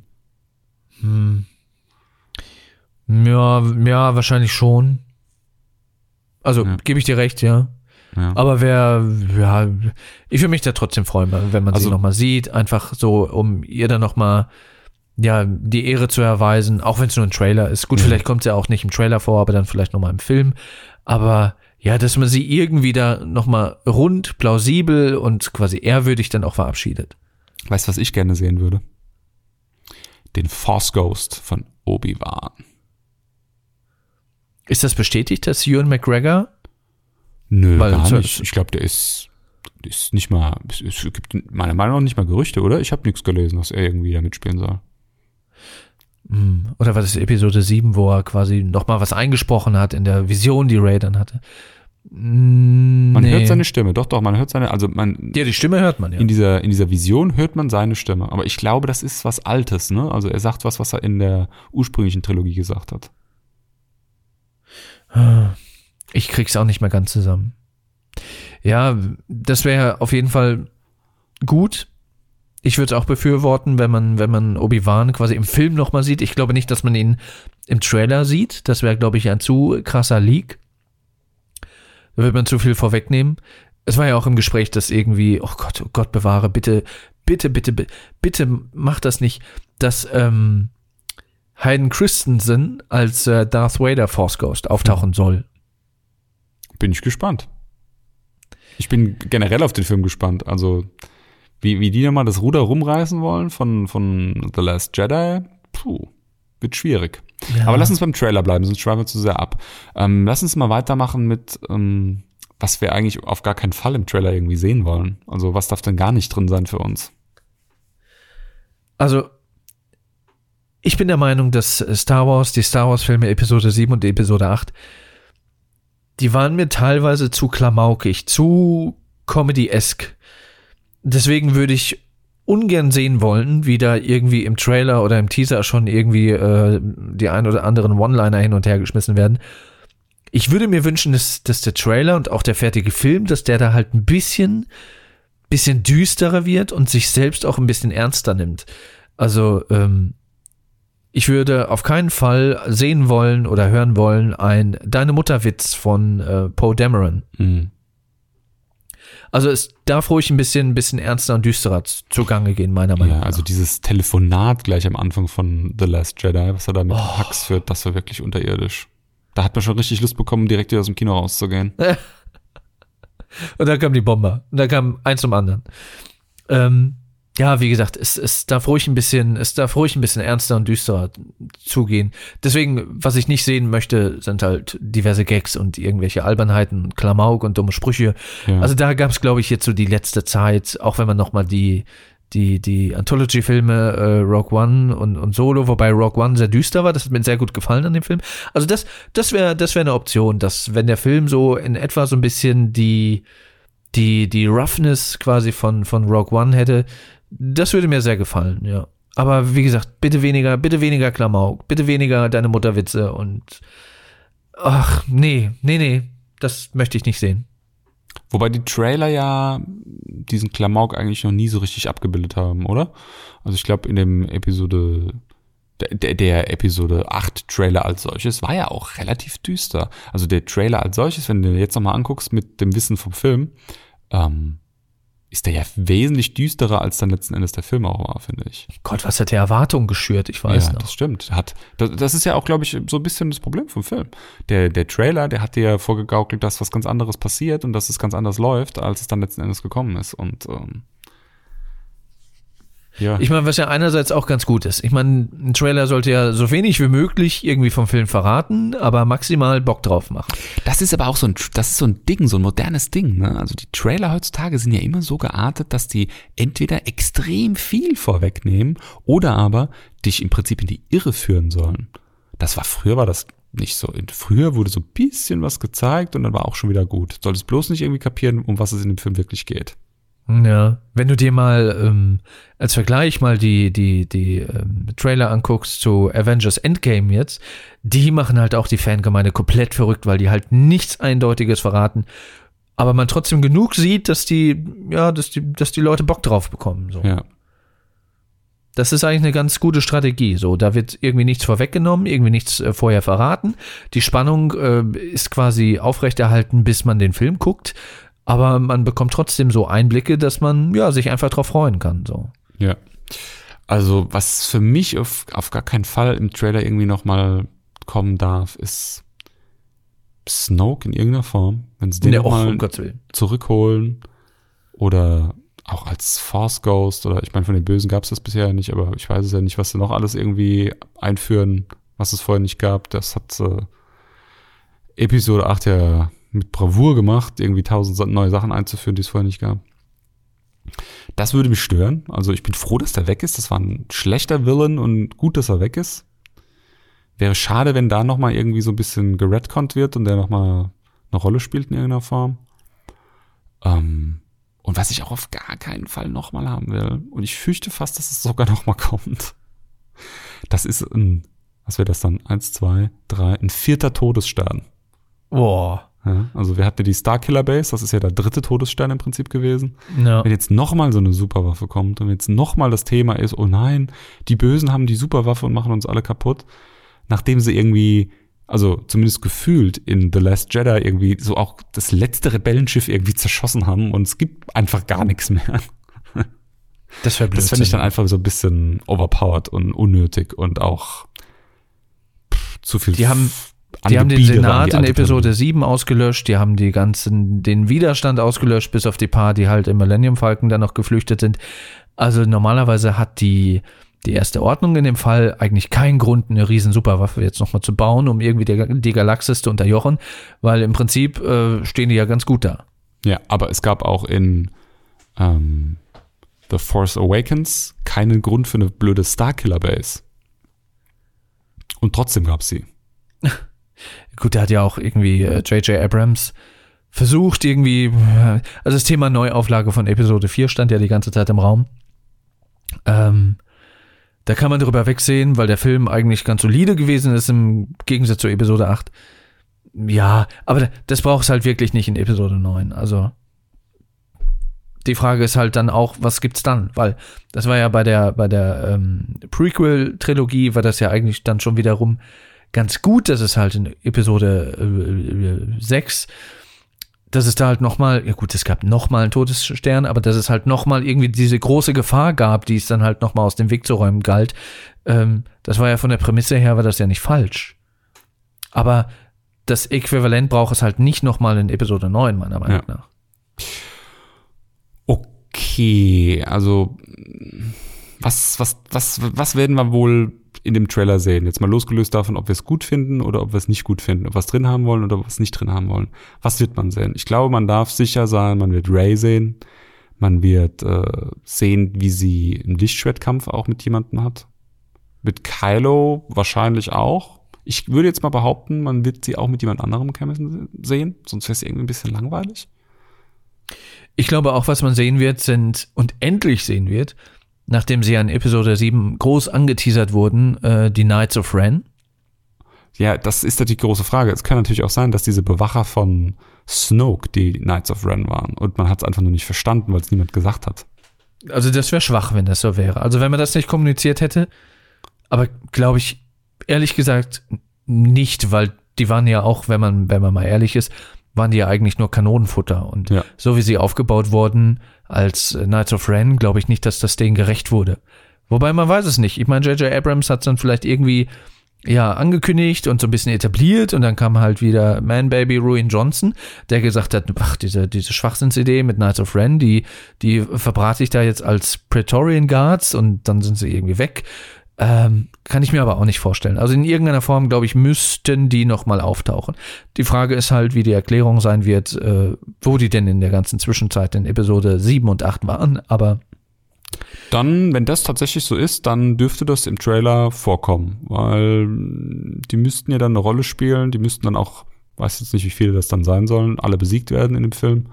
Ja, wahrscheinlich schon. Also, gebe ich dir recht, ja. Aber ich würde mich da trotzdem freuen, wenn man sie nochmal sieht, einfach so, um ihr dann nochmal die Ehre zu erweisen, auch wenn es nur ein Trailer ist. Gut, vielleicht kommt sie auch nicht im Trailer vor, aber dann vielleicht nochmal im Film. Aber ja, dass man sie irgendwie da nochmal rund, plausibel und quasi ehrwürdig dann auch verabschiedet. Weißt du, was ich gerne sehen würde? Den Force Ghost von Obi-Wan. Ist das bestätigt, dass Ewan McGregor? Nö, gar nicht. Ich glaube, der ist nicht mal, es gibt meiner Meinung nach nicht mal Gerüchte, oder? Ich habe nichts gelesen, dass er irgendwie da mitspielen soll. Oder war das Episode 7, wo er quasi nochmal was eingesprochen hat in der Vision, die Ray dann hatte? Man hört seine Stimme, doch, man hört seine, die Stimme hört man, ja. In dieser Vision hört man seine Stimme, aber ich glaube, das ist was Altes, ne? Also er sagt was er in der ursprünglichen Trilogie gesagt hat. Ich krieg's auch nicht mehr ganz zusammen. Ja, das wäre auf jeden Fall gut. Ich würde es auch befürworten, wenn man Obi-Wan quasi im Film nochmal sieht. Ich glaube nicht, dass man ihn im Trailer sieht. Das wäre, glaube ich, ein zu krasser Leak. Da wird man zu viel vorwegnehmen. Es war ja auch im Gespräch, dass irgendwie, oh Gott bewahre, bitte mach das nicht, dass Hayden Christensen als Darth Vader Force Ghost auftauchen soll. Bin ich gespannt. Ich bin generell auf den Film gespannt. Also wie die nochmal das Ruder rumreißen wollen von The Last Jedi, wird schwierig. Ja. Aber lass uns beim Trailer bleiben, sonst schweifen wir zu sehr ab. Lass uns mal weitermachen mit, was wir eigentlich auf gar keinen Fall im Trailer irgendwie sehen wollen. Also was darf denn gar nicht drin sein für uns? Also ich bin der Meinung, dass die Star Wars-Filme Episode 7 und Episode 8, die waren mir teilweise zu klamaukig, zu Comedy-esque. Deswegen würde ich ungern sehen wollen, wie da irgendwie im Trailer oder im Teaser schon irgendwie die ein oder anderen One-Liner hin und her geschmissen werden. Ich würde mir wünschen, dass der Trailer und auch der fertige Film, dass der da halt ein bisschen düsterer wird und sich selbst auch ein bisschen ernster nimmt. Also, ich würde auf keinen Fall sehen wollen oder hören wollen ein Deine Mutter-Witz von Poe Dameron. Mhm. Also es darf ruhig ein bisschen ernster und düsterer zugange gehen, meiner Meinung nach. Ja, also dieses Telefonat gleich am Anfang von The Last Jedi, was er da mit Hux führt, das war wirklich unterirdisch. Da hat man schon richtig Lust bekommen, direkt wieder aus dem Kino rauszugehen. Und dann kam die Bomber. Und dann kam eins zum anderen. Ja, wie gesagt, es darf ruhig ein bisschen ernster und düsterer zugehen. Deswegen, was ich nicht sehen möchte, sind halt diverse Gags und irgendwelche Albernheiten, Klamauk und dumme Sprüche. Ja. Also da gab es, glaube ich, jetzt so die letzte Zeit, auch wenn man nochmal die Anthology-Filme Rogue One und Solo, wobei Rogue One sehr düster war, das hat mir sehr gut gefallen an dem Film. Also das wäre eine Option, dass wenn der Film so in etwa so ein bisschen die Roughness quasi von Rogue One hätte, das würde mir sehr gefallen, ja. Aber wie gesagt, bitte weniger Klamauk, bitte weniger deine Mutterwitze und ach, nee, das möchte ich nicht sehen. Wobei die Trailer ja diesen Klamauk eigentlich noch nie so richtig abgebildet haben, oder? Also ich glaube in dem Episode, der Episode 8 Trailer als solches war ja auch relativ düster. Also der Trailer als solches, wenn du den jetzt nochmal anguckst mit dem Wissen vom Film, ist der ja wesentlich düsterer, als dann letzten Endes der Film auch war, finde ich. Gott, was hat der Erwartung geschürt, ich weiß noch. Ja, das stimmt. Das ist ja auch, glaube ich, so ein bisschen das Problem vom Film. Der Trailer, der hat dir ja vorgegaukelt, dass was ganz anderes passiert und dass es ganz anders läuft, als es dann letzten Endes gekommen ist. Und ja. Ich meine, was ja einerseits auch ganz gut ist. Ich meine, ein Trailer sollte ja so wenig wie möglich irgendwie vom Film verraten, aber maximal Bock drauf machen. Das ist aber auch so ein Ding, so ein modernes Ding, ne? Also die Trailer heutzutage sind ja immer so geartet, dass die entweder extrem viel vorwegnehmen oder aber dich im Prinzip in die Irre führen sollen. Früher war das nicht so. Früher wurde so ein bisschen was gezeigt und dann war auch schon wieder gut. Du solltest bloß nicht irgendwie kapieren, um was es in dem Film wirklich geht. Ja, wenn du dir mal als Vergleich mal die Trailer anguckst zu Avengers Endgame jetzt, die machen halt auch die Fangemeinde komplett verrückt, weil die halt nichts Eindeutiges verraten, aber man trotzdem genug sieht, dass die Leute Bock drauf bekommen. So. Ja. Das ist eigentlich eine ganz gute Strategie. So, da wird irgendwie nichts vorweggenommen, irgendwie nichts vorher verraten. Die Spannung ist quasi aufrechterhalten, bis man den Film guckt. Aber man bekommt trotzdem so Einblicke, dass man sich einfach drauf freuen kann. So. Ja. Also was für mich auf gar keinen Fall im Trailer irgendwie nochmal kommen darf, ist Snoke in irgendeiner Form. Wenn sie den nochmal zurückholen oder auch als Force Ghost oder ich meine, von den Bösen gab es das bisher nicht, aber ich weiß es ja nicht, was sie noch alles irgendwie einführen, was es vorher nicht gab. Das hat Episode 8 ja mit Bravour gemacht, irgendwie 1000 neue Sachen einzuführen, die es vorher nicht gab. Das würde mich stören. Also ich bin froh, dass der weg ist. Das war ein schlechter Villain und gut, dass er weg ist. Wäre schade, wenn da nochmal irgendwie so ein bisschen geredconnt wird und der nochmal eine Rolle spielt in irgendeiner Form. Und was ich auch auf gar keinen Fall nochmal haben will, und ich fürchte fast, dass es sogar nochmal kommt, das ist was wäre das dann? 1, 2, 3, ein 4. Todesstern. Boah. Ja, also wir hatten die Starkiller Base, das ist ja der 3. Todesstern im Prinzip gewesen. Ja. Wenn jetzt nochmal so eine Superwaffe kommt und jetzt nochmal das Thema ist, oh nein, die Bösen haben die Superwaffe und machen uns alle kaputt, nachdem sie irgendwie, also zumindest gefühlt in The Last Jedi irgendwie so auch das letzte Rebellenschiff irgendwie zerschossen haben und es gibt einfach gar nichts mehr. Das wäre Blödsinn. Das fände ich dann einfach so ein bisschen overpowered und unnötig und auch zu viel. Die haben den Senat in Episode 7 ausgelöscht, die haben den Widerstand ausgelöscht, bis auf die paar, die halt im Millennium Falcon dann noch geflüchtet sind. Also normalerweise hat die Erste Ordnung in dem Fall eigentlich keinen Grund, eine riesen Superwaffe jetzt nochmal zu bauen, um irgendwie die Galaxis zu unterjochen, weil im Prinzip stehen die ja ganz gut da. Ja, aber es gab auch in The Force Awakens keinen Grund für eine blöde Starkiller Base. Und trotzdem gab es sie. Gut, der hat ja auch irgendwie J.J. Abrams versucht irgendwie, also das Thema Neuauflage von Episode 4 stand ja die ganze Zeit im Raum. Da kann man drüber wegsehen, weil der Film eigentlich ganz solide gewesen ist im Gegensatz zu Episode 8. Ja, aber das braucht es halt wirklich nicht in Episode 9. Also die Frage ist halt dann auch, was gibt's dann? Weil das war ja bei der Prequel-Trilogie war das ja eigentlich dann schon wiederum ganz gut, dass es halt in Episode 6, dass es da halt nochmal, ja gut, es gab nochmal einen Todesstern, aber dass es halt nochmal irgendwie diese große Gefahr gab, die es dann halt nochmal aus dem Weg zu räumen galt. Das war ja von der Prämisse her, war das ja nicht falsch. Aber das Äquivalent braucht es halt nicht nochmal in Episode 9, meiner Meinung nach. Okay, also was werden wir wohl in dem Trailer sehen? Jetzt mal losgelöst davon, ob wir es gut finden oder ob wir es nicht gut finden, ob wir es drin haben wollen oder ob wir es nicht drin haben wollen. Was wird man sehen? Ich glaube, man darf sicher sein, man wird Rey sehen. Man wird sehen, wie sie einen Lichtschwertkampf auch mit jemandem hat. Mit Kylo wahrscheinlich auch. Ich würde jetzt mal behaupten, man wird sie auch mit jemand anderem sehen, sonst wäre es irgendwie ein bisschen langweilig. Ich glaube auch, was man sehen wird, und endlich sehen wird, nachdem sie an Episode 7 groß angeteasert wurden, die Knights of Ren. Ja, das ist natürlich die große Frage. Es kann natürlich auch sein, dass diese Bewacher von Snoke die Knights of Ren waren und man hat es einfach nur nicht verstanden, weil es niemand gesagt hat. Also das wäre schwach, wenn das so wäre. Also wenn man das nicht kommuniziert hätte, aber glaube ich, ehrlich gesagt, nicht, weil die waren ja auch, wenn man mal ehrlich ist, waren die ja eigentlich nur Kanonenfutter. Und so wie sie aufgebaut wurden als Knights of Ren, glaube ich nicht, dass das denen gerecht wurde. Wobei man weiß es nicht. Ich meine, J.J. Abrams hat es dann vielleicht irgendwie angekündigt und so ein bisschen etabliert und dann kam halt wieder Man-Baby Rian Johnson, der gesagt hat, ach, diese Schwachsinnsidee mit Knights of Ren, die verbrate ich da jetzt als Praetorian Guards und dann sind sie irgendwie weg. Kann ich mir aber auch nicht vorstellen. Also in irgendeiner Form, glaube ich, müssten die nochmal auftauchen. Die Frage ist halt, wie die Erklärung sein wird, wo die denn in der ganzen Zwischenzeit in Episode 7 und 8 waren, aber dann, wenn das tatsächlich so ist, dann dürfte das im Trailer vorkommen, weil die müssten ja dann eine Rolle spielen, die müssten dann auch, weiß jetzt nicht, wie viele das dann sein sollen, alle besiegt werden in dem Film.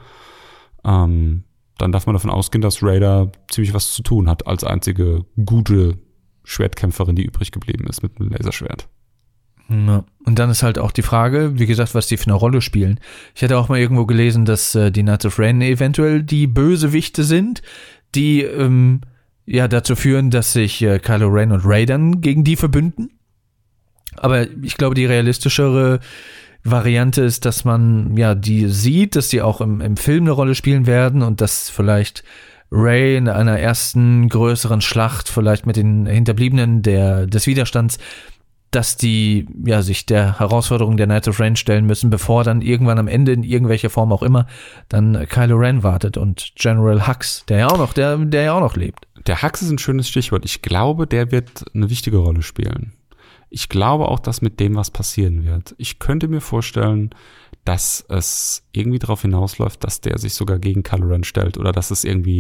Dann darf man davon ausgehen, dass Rey ziemlich was zu tun hat, als einzige gute Schwertkämpferin, die übrig geblieben ist mit einem Laserschwert. Ja. Und dann ist halt auch die Frage, wie gesagt, was die für eine Rolle spielen. Ich hatte auch mal irgendwo gelesen, dass die Knights of Ren eventuell die Bösewichte sind, die dazu führen, dass sich Kylo Ren und Rey dann gegen die verbünden. Aber ich glaube, die realistischere Variante ist, dass man die sieht, dass die auch im Film eine Rolle spielen werden und dass vielleicht Rey in einer ersten größeren Schlacht, vielleicht mit den Hinterbliebenen des Widerstands, dass die sich der Herausforderung der Knights of Ren stellen müssen, bevor dann irgendwann am Ende in irgendwelcher Form auch immer dann Kylo Ren wartet und General Hux, der ja auch noch lebt. Der Hux ist ein schönes Stichwort. Ich glaube, der wird eine wichtige Rolle spielen. Ich glaube auch, dass mit dem was passieren wird. Ich könnte mir vorstellen, dass es irgendwie darauf hinausläuft, dass der sich sogar gegen Kylo Ren stellt oder dass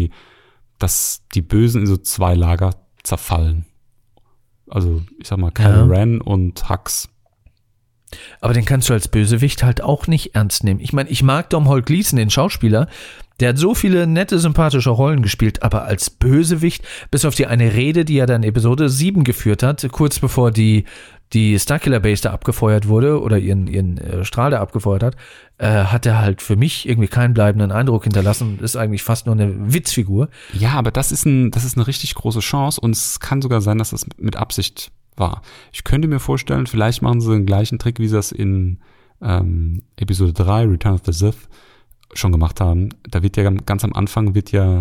dass die Bösen in so zwei Lager zerfallen. Also, ich sag mal, Kylo Ren und Hux. Aber den kannst du als Bösewicht halt auch nicht ernst nehmen. Ich meine, ich mag Domhnall Gleeson, den Schauspieler, der hat so viele nette, sympathische Rollen gespielt, aber als Bösewicht, bis auf die eine Rede, die er dann in Episode 7 geführt hat, kurz bevor die Starkiller Base da abgefeuert wurde oder ihren Strahl da abgefeuert hat, hat er halt für mich irgendwie keinen bleibenden Eindruck hinterlassen und ist eigentlich fast nur eine Witzfigur. Ja, aber das ist eine richtig große Chance und es kann sogar sein, dass das mit Absicht war. Ich könnte mir vorstellen, vielleicht machen sie den gleichen Trick, wie sie das in Episode 3, Return of the Sith, schon gemacht haben. Da wird ja ganz am Anfang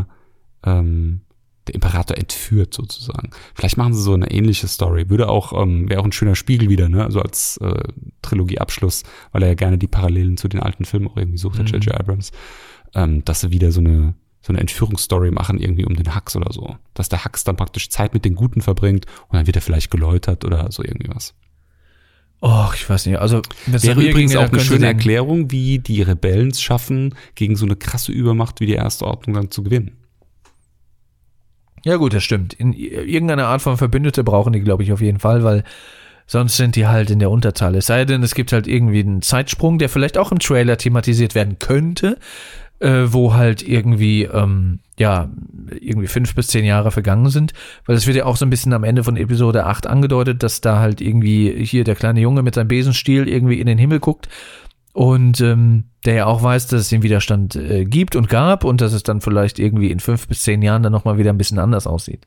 der Imperator entführt sozusagen. Vielleicht machen sie so eine ähnliche Story. Wäre auch ein schöner Spiegel wieder, ne? Also als Trilogieabschluss, weil er ja gerne die Parallelen zu den alten Filmen auch irgendwie sucht, J.J. Abrams, dass sie wieder so eine Entführungsstory machen, irgendwie um den Hux oder so. Dass der Hux dann praktisch Zeit mit den Guten verbringt und dann wird er vielleicht geläutert oder so irgendwie was. Oh, ich weiß nicht. Also wäre übrigens auch eine schöne Erklärung, wie die Rebellen es schaffen, gegen so eine krasse Übermacht wie die Erste Ordnung dann zu gewinnen. Ja gut, das stimmt. In irgendeiner Art von Verbündete brauchen die, glaube ich, auf jeden Fall, weil sonst sind die halt in der Unterzahl. Es sei denn, es gibt halt irgendwie einen Zeitsprung, der vielleicht auch im Trailer thematisiert werden könnte, wo halt irgendwie 5 bis 10 Jahre vergangen sind, weil es wird ja auch so ein bisschen am Ende von Episode 8 angedeutet, dass da halt irgendwie hier der kleine Junge mit seinem Besenstiel irgendwie in den Himmel guckt und der ja auch weiß, dass es den Widerstand gibt und gab und dass es dann vielleicht irgendwie in 5 bis 10 Jahren dann nochmal wieder ein bisschen anders aussieht.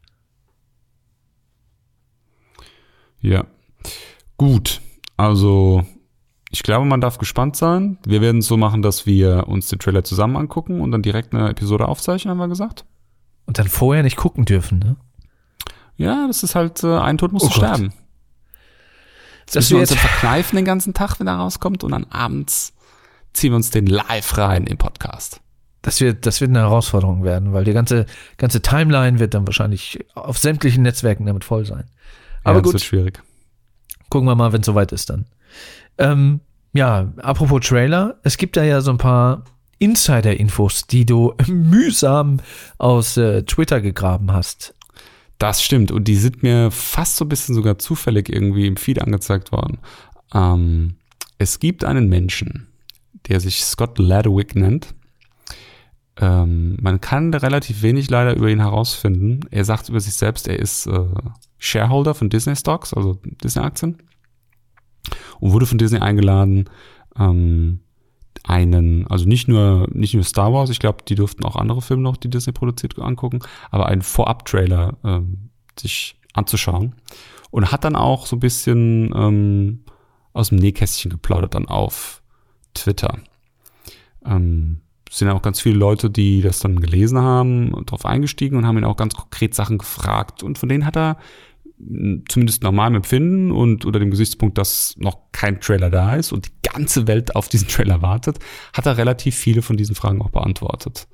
Ja, gut, also ich glaube, man darf gespannt sein. Wir werden es so machen, dass wir uns den Trailer zusammen angucken und dann direkt eine Episode aufzeichnen, haben wir gesagt. Und dann vorher nicht gucken dürfen, ne? Ja, das ist halt, ein Tod muss sterben. Das müssen wir uns dann verkneifen den ganzen Tag, wenn er rauskommt und dann abends ziehen wir uns den live rein im Podcast. Das wird eine Herausforderung werden, weil die ganze Timeline wird dann wahrscheinlich auf sämtlichen Netzwerken damit voll sein. Aber das gut, wird schwierig. gucken wir mal, wenn es soweit ist dann. Apropos Trailer, es gibt da ja so ein paar Insider-Infos, die du mühsam aus Twitter gegraben hast. Das stimmt. Und die sind mir fast so ein bisschen sogar zufällig irgendwie im Feed angezeigt worden. Es gibt einen Menschen, der sich Scott Ladwick nennt. Man kann relativ wenig leider über ihn herausfinden. Er sagt über sich selbst, er ist Shareholder von Disney Stocks, also Disney-Aktien. Und wurde von Disney eingeladen, also nicht nur Star Wars, ich glaube, die durften auch andere Filme noch, die Disney produziert, angucken, aber einen Vorab-Trailer sich anzuschauen. Und hat dann auch so ein bisschen aus dem Nähkästchen geplaudert dann auf Twitter. Es sind auch ganz viele Leute, die das dann gelesen haben und darauf eingestiegen und haben ihn auch ganz konkret Sachen gefragt. Und von denen hat er zumindest nach meinem Empfinden und unter dem Gesichtspunkt, dass noch kein Trailer da ist und die ganze Welt auf diesen Trailer wartet, hat er relativ viele von diesen Fragen auch beantwortet.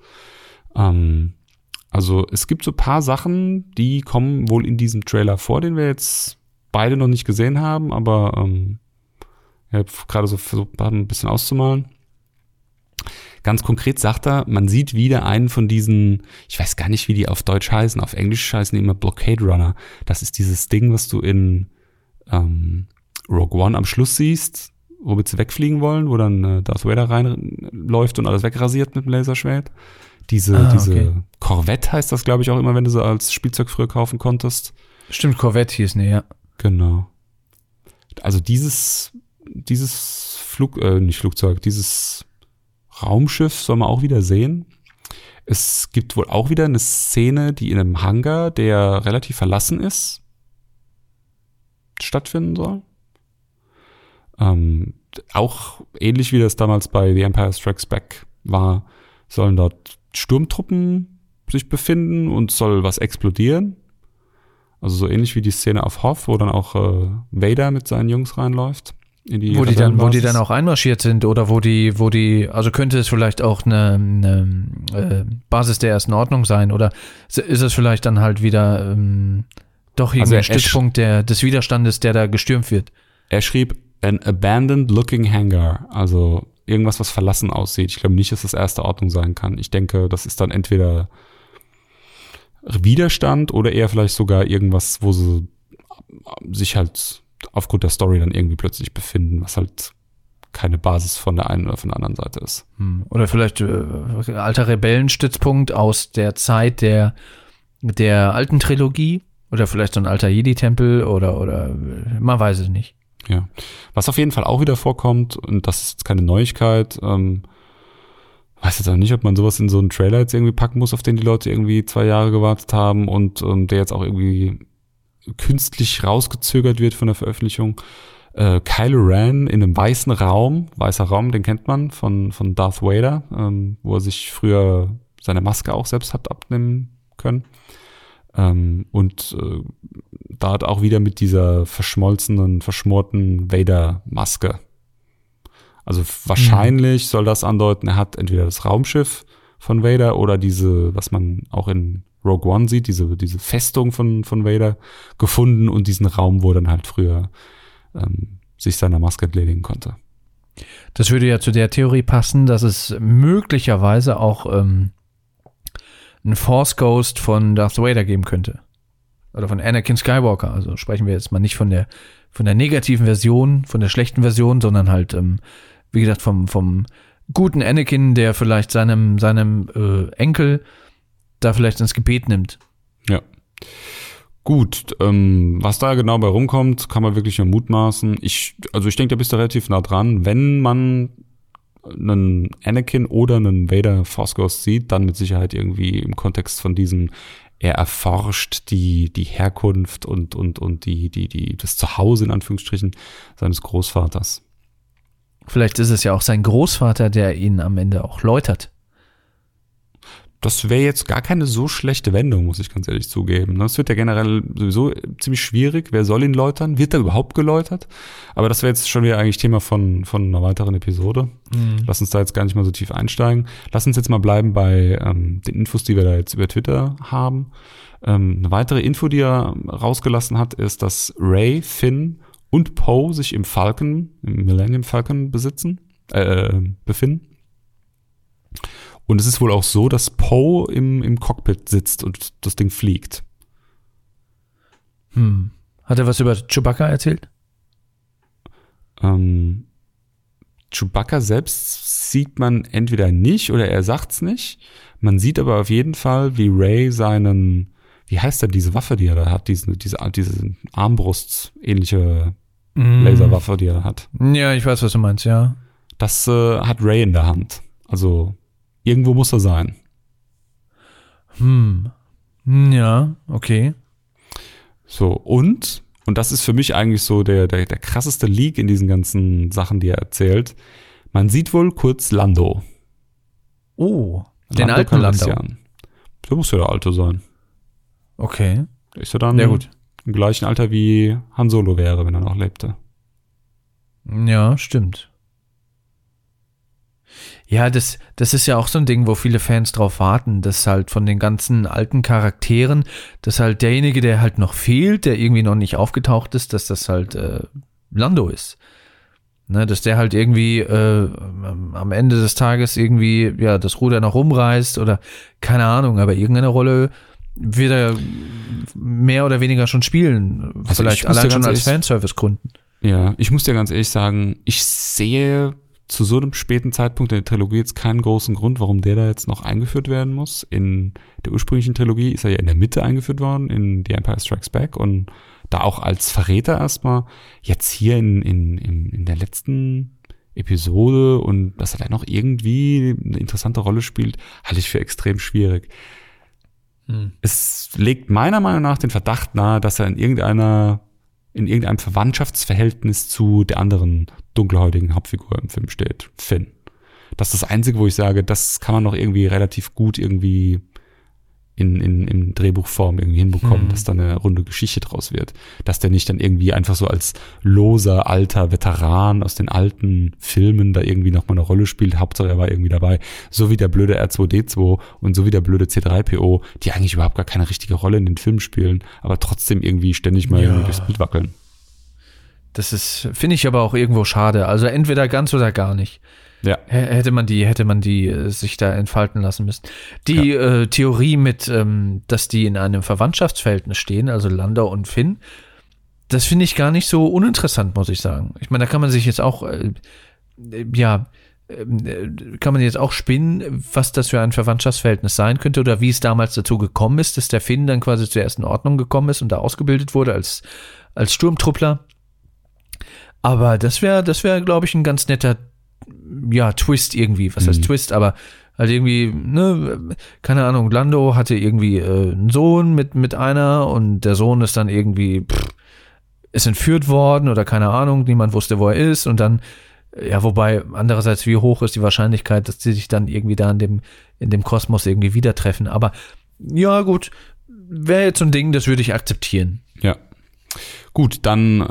Also es gibt so ein paar Sachen, die kommen wohl in diesem Trailer vor, den wir jetzt beide noch nicht gesehen haben, aber ich habe gerade so versucht, ein bisschen auszumalen. Ganz konkret sagt er, man sieht wieder einen von diesen, ich weiß gar nicht, wie die auf Deutsch heißen, auf Englisch heißen die immer Blockade Runner. Das ist dieses Ding, was du in Rogue One am Schluss siehst, womit sie wegfliegen wollen, wo dann Darth Vader reinläuft und alles wegrasiert mit dem Laserschwert. Diese Corvette heißt das, glaube ich, auch immer, wenn du sie als Spielzeug früher kaufen konntest. Stimmt, Corvette hieß, ne, ja. Genau. Also dieses Raumschiff soll man auch wieder sehen. Es gibt wohl auch wieder eine Szene, die in einem Hangar, der relativ verlassen ist, stattfinden soll. Auch ähnlich wie das damals bei The Empire Strikes Back war, sollen dort Sturmtruppen sich befinden und soll was explodieren. Also so ähnlich wie die Szene auf Hoth, wo dann auch Vader mit seinen Jungs reinläuft. Wo die dann auch einmarschiert sind oder wo die, also könnte es vielleicht auch eine Basis der ersten Ordnung sein oder ist es vielleicht dann halt wieder doch irgendwie ein Stützpunkt des Widerstandes, der da gestürmt wird? Er schrieb an abandoned looking hangar, also irgendwas, was verlassen aussieht. Ich glaube nicht, dass das erste Ordnung sein kann. Ich denke, das ist dann entweder Widerstand oder eher vielleicht sogar irgendwas, wo sie sich halt aufgrund der Story dann irgendwie plötzlich befinden, was halt keine Basis von der einen oder von der anderen Seite ist. Oder vielleicht alter Rebellenstützpunkt aus der Zeit der alten Trilogie oder vielleicht so ein alter Jedi-Tempel oder man weiß es nicht. Ja, was auf jeden Fall auch wieder vorkommt, und das ist jetzt keine Neuigkeit, weiß jetzt auch nicht, ob man sowas in so einen Trailer jetzt irgendwie packen muss, auf den die Leute irgendwie 2 Jahre gewartet haben und der jetzt auch irgendwie künstlich rausgezögert wird von der Veröffentlichung. Kylo Ren in einem weißer Raum, den kennt man von Darth Vader, wo er sich früher seine Maske auch selbst hat abnehmen können. Da hat auch wieder mit dieser verschmorten Vader-Maske. Also wahrscheinlich soll das andeuten, er hat entweder das Raumschiff von Vader oder diese, was man auch in Rogue One sieht, diese Festung von Vader gefunden und diesen Raum, wo er dann halt früher sich seiner Maske entledigen konnte. Das würde ja zu der Theorie passen, dass es möglicherweise auch einen Force Ghost von Darth Vader geben könnte. Oder von Anakin Skywalker. Also sprechen wir jetzt mal nicht von der negativen Version, von der schlechten Version, sondern halt, wie gesagt, vom guten Anakin, der vielleicht seinem Enkel da vielleicht ins Gebet nimmt. Ja. Gut, was da genau bei rumkommt, kann man wirklich nur mutmaßen. Ich denke, da bist du relativ nah dran. Wenn man einen Anakin oder einen Vader Force Ghost sieht, dann mit Sicherheit irgendwie im Kontext von diesem, er erforscht die Herkunft und das Zuhause in Anführungsstrichen seines Großvaters. Vielleicht ist es ja auch sein Großvater, der ihn am Ende auch läutert. das wäre jetzt gar keine so schlechte Wendung, muss ich ganz ehrlich zugeben. Das wird ja generell sowieso ziemlich schwierig. Wer soll ihn läutern? Wird er überhaupt geläutert? Aber das wäre jetzt schon wieder eigentlich Thema von einer weiteren Episode. Lass uns da jetzt gar nicht mal so tief einsteigen. Lass uns jetzt mal bleiben bei den Infos, die wir da jetzt über Twitter haben. Eine weitere Info, die er rausgelassen hat, ist, dass Ray, Finn und Poe sich im Millennium Falcon befinden. Und es ist wohl auch so, dass Poe im Cockpit sitzt und das Ding fliegt. Hat er was über Chewbacca erzählt? Chewbacca selbst sieht man entweder nicht oder er sagt's nicht. Man sieht aber auf jeden Fall, wie Ray wie heißt denn diese Waffe, die er da hat, diese Armbrust-ähnliche Laserwaffe, die er da hat. Ja, ich weiß, was du meinst, ja. Das hat Ray in der Hand. Also irgendwo muss er sein. Ja, okay. So, und das ist für mich eigentlich so der krasseste Leak in diesen ganzen Sachen, die er erzählt. Man sieht wohl kurz Lando. Oh, den alten Lando. Der muss ja der Alte sein. Okay. Ist er dann gut. im gleichen Alter wie Han Solo wäre, wenn er noch lebte. Ja, stimmt. Ja, das ist ja auch so ein Ding, wo viele Fans drauf warten, dass halt von den ganzen alten Charakteren, dass halt derjenige, der halt noch fehlt, der irgendwie noch nicht aufgetaucht ist, dass das halt Lando ist. Ne, dass der halt irgendwie am Ende des Tages irgendwie ja das Ruder noch rumreißt oder keine Ahnung, aber irgendeine Rolle wird er mehr oder weniger schon spielen. Also vielleicht allein schon als Fanservice-Gründen. Ja, ich muss dir ganz ehrlich sagen, ich sehe zu so einem späten Zeitpunkt in der Trilogie jetzt keinen großen Grund, warum der da jetzt noch eingeführt werden muss. In der ursprünglichen Trilogie ist er ja in der Mitte eingeführt worden, in The Empire Strikes Back und da auch als Verräter erstmal. Jetzt hier in der letzten Episode und dass er da noch irgendwie eine interessante Rolle spielt, halte ich für extrem schwierig. Es legt meiner Meinung nach den Verdacht nahe, dass er in irgendeinem Verwandtschaftsverhältnis zu der anderen dunkelhäutigen Hauptfigur im Film steht, Finn. Das ist das Einzige, wo ich sage, das kann man noch irgendwie relativ gut irgendwie in Drehbuchform irgendwie hinbekommen, dass da eine runde Geschichte draus wird. Dass der nicht dann irgendwie einfach so als loser, alter Veteran aus den alten Filmen da irgendwie nochmal eine Rolle spielt. Hauptsache er war irgendwie dabei. So wie der blöde R2D2 und so wie der blöde C3PO, die eigentlich überhaupt gar keine richtige Rolle in den Filmen spielen, aber trotzdem irgendwie ständig mal irgendwie durchs Bild wackeln. Das ist, finde ich aber auch irgendwo schade. Also entweder ganz oder gar nicht. Ja. Hätte man die sich da entfalten lassen müssen. Die Theorie mit, dass die in einem Verwandtschaftsverhältnis stehen, also Lando und Finn, das finde ich gar nicht so uninteressant, muss ich sagen. Ich meine, da kann man sich jetzt auch, kann man jetzt auch spinnen, was das für ein Verwandtschaftsverhältnis sein könnte oder wie es damals dazu gekommen ist, dass der Finn dann quasi zur ersten Ordnung gekommen ist und da ausgebildet wurde als Sturmtruppler. Aber das wäre, glaube ich, ein ganz netter Twist irgendwie, was heißt Twist, aber halt irgendwie, ne, keine Ahnung, Lando hatte irgendwie einen Sohn mit einer und der Sohn ist dann irgendwie, ist entführt worden oder keine Ahnung, niemand wusste, wo er ist und dann, ja, wobei, andererseits, wie hoch ist die Wahrscheinlichkeit, dass die sich dann irgendwie da in dem Kosmos irgendwie wieder treffen, aber ja, gut, wäre jetzt so ein Ding, das würde ich akzeptieren. Ja. Gut, dann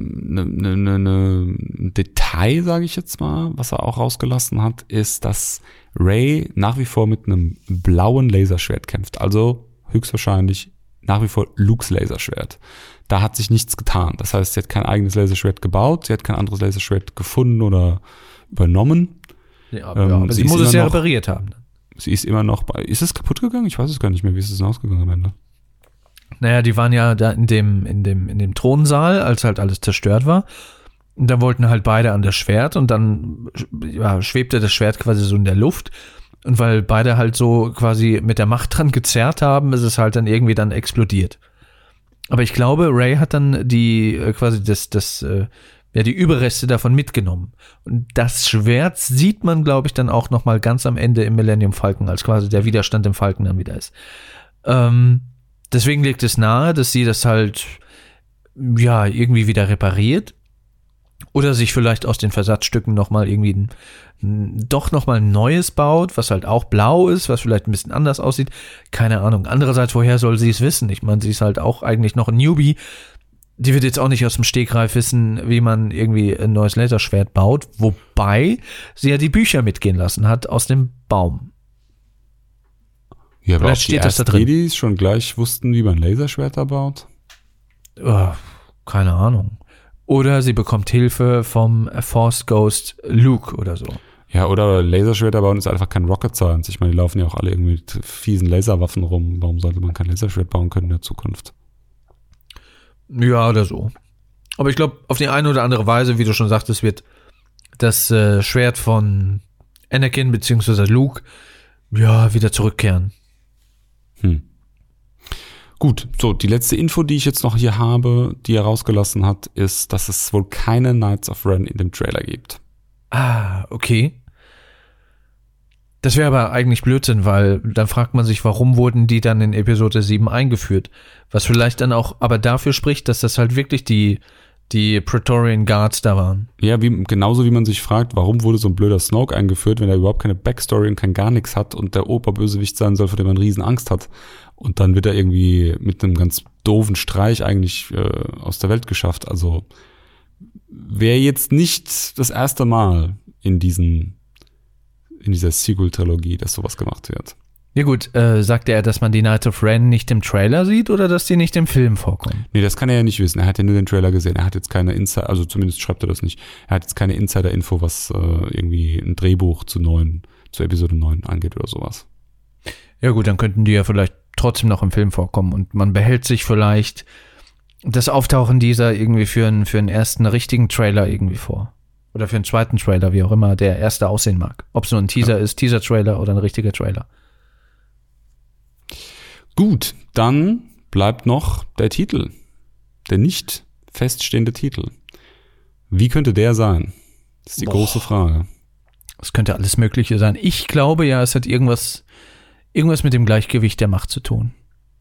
ein Detail, sage ich jetzt mal, was er auch rausgelassen hat, ist, dass Ray nach wie vor mit einem blauen Laserschwert kämpft. Also höchstwahrscheinlich nach wie vor Lukes Laserschwert. Da hat sich nichts getan. Das heißt, sie hat kein eigenes Laserschwert gebaut, sie hat kein anderes Laserschwert gefunden oder übernommen. Ja, aber sie muss es ja repariert haben. Sie ist immer noch ist es kaputt gegangen? Ich weiß es gar nicht mehr. Wie ist es denn ausgegangen am Ende? Naja, die waren ja da in dem Thronsaal, als halt alles zerstört war. Und da wollten halt beide an das Schwert und dann schwebte das Schwert quasi so in der Luft. Und weil beide halt so quasi mit der Macht dran gezerrt haben, ist es halt dann irgendwie dann explodiert. Aber ich glaube, Ray hat dann die Überreste davon mitgenommen. Und das Schwert sieht man, glaube ich, dann auch nochmal ganz am Ende im Millennium Falcon, als quasi der Widerstand im Falcon dann wieder ist. Deswegen liegt es nahe, dass sie das halt irgendwie wieder repariert. Oder sich vielleicht aus den Versatzstücken nochmal irgendwie doch nochmal ein neues baut, was halt auch blau ist, was vielleicht ein bisschen anders aussieht. Keine Ahnung. Andererseits, woher soll sie es wissen? Ich meine, sie ist halt auch eigentlich noch ein Newbie. Die wird jetzt auch nicht aus dem Stegreif wissen, wie man irgendwie ein neues Laserschwert baut. Wobei sie ja die Bücher mitgehen lassen hat aus dem Baum. Ja, aber vielleicht auch steht die das da ersten drin. Jedis schon gleich wussten, wie man Laserschwerter baut. Keine Ahnung. Oder sie bekommt Hilfe vom Force Ghost Luke oder so. Ja, oder Laserschwerter bauen ist einfach kein Rocket Science. Ich meine, die laufen ja auch alle irgendwie mit fiesen Laserwaffen rum. Warum sollte man kein Laserschwert bauen können in der Zukunft? Ja, oder so. Aber ich glaube, auf die eine oder andere Weise, wie du schon sagtest, wird das Schwert von Anakin bzw. Luke ja wieder zurückkehren. Gut, so, die letzte Info, die ich jetzt noch hier habe, die er rausgelassen hat, ist, dass es wohl keine Knights of Ren in dem Trailer gibt. Ah, okay. Das wäre aber eigentlich Blödsinn, weil dann fragt man sich, warum wurden die dann in Episode 7 eingeführt? Was vielleicht dann auch aber dafür spricht, dass das halt wirklich die Praetorian Guards da waren. Ja, genauso wie man sich fragt, warum wurde so ein blöder Snoke eingeführt, wenn er überhaupt keine Backstory und kein gar nichts hat und der Oberbösewicht sein soll, vor dem man riesen Angst hat. Und dann wird er irgendwie mit einem ganz doofen Streich eigentlich aus der Welt geschafft. Also wäre jetzt nicht das erste Mal in dieser Sequel-Trilogie, dass sowas gemacht wird. Ja gut, sagte er, dass man die Knights of Ren nicht im Trailer sieht oder dass die nicht im Film vorkommen? Nee, das kann er ja nicht wissen. Er hat ja nur den Trailer gesehen. Er hat jetzt keine Insider, also zumindest schreibt er das nicht. Er hat jetzt keine Insider-Info, was irgendwie ein Drehbuch zu Episode 9 angeht oder sowas. Ja gut, dann könnten die ja vielleicht trotzdem noch im Film vorkommen und man behält sich vielleicht das Auftauchen dieser irgendwie für einen ersten richtigen Trailer irgendwie vor. Oder für einen zweiten Trailer, wie auch immer der erste aussehen mag. Ob es nur ein Teaser ist, Teaser-Trailer oder ein richtiger Trailer. Gut, dann bleibt noch der Titel. Der nicht feststehende Titel. Wie könnte der sein? Das ist die große Frage. Es könnte alles Mögliche sein. Ich glaube ja, es hat irgendwas mit dem Gleichgewicht der Macht zu tun.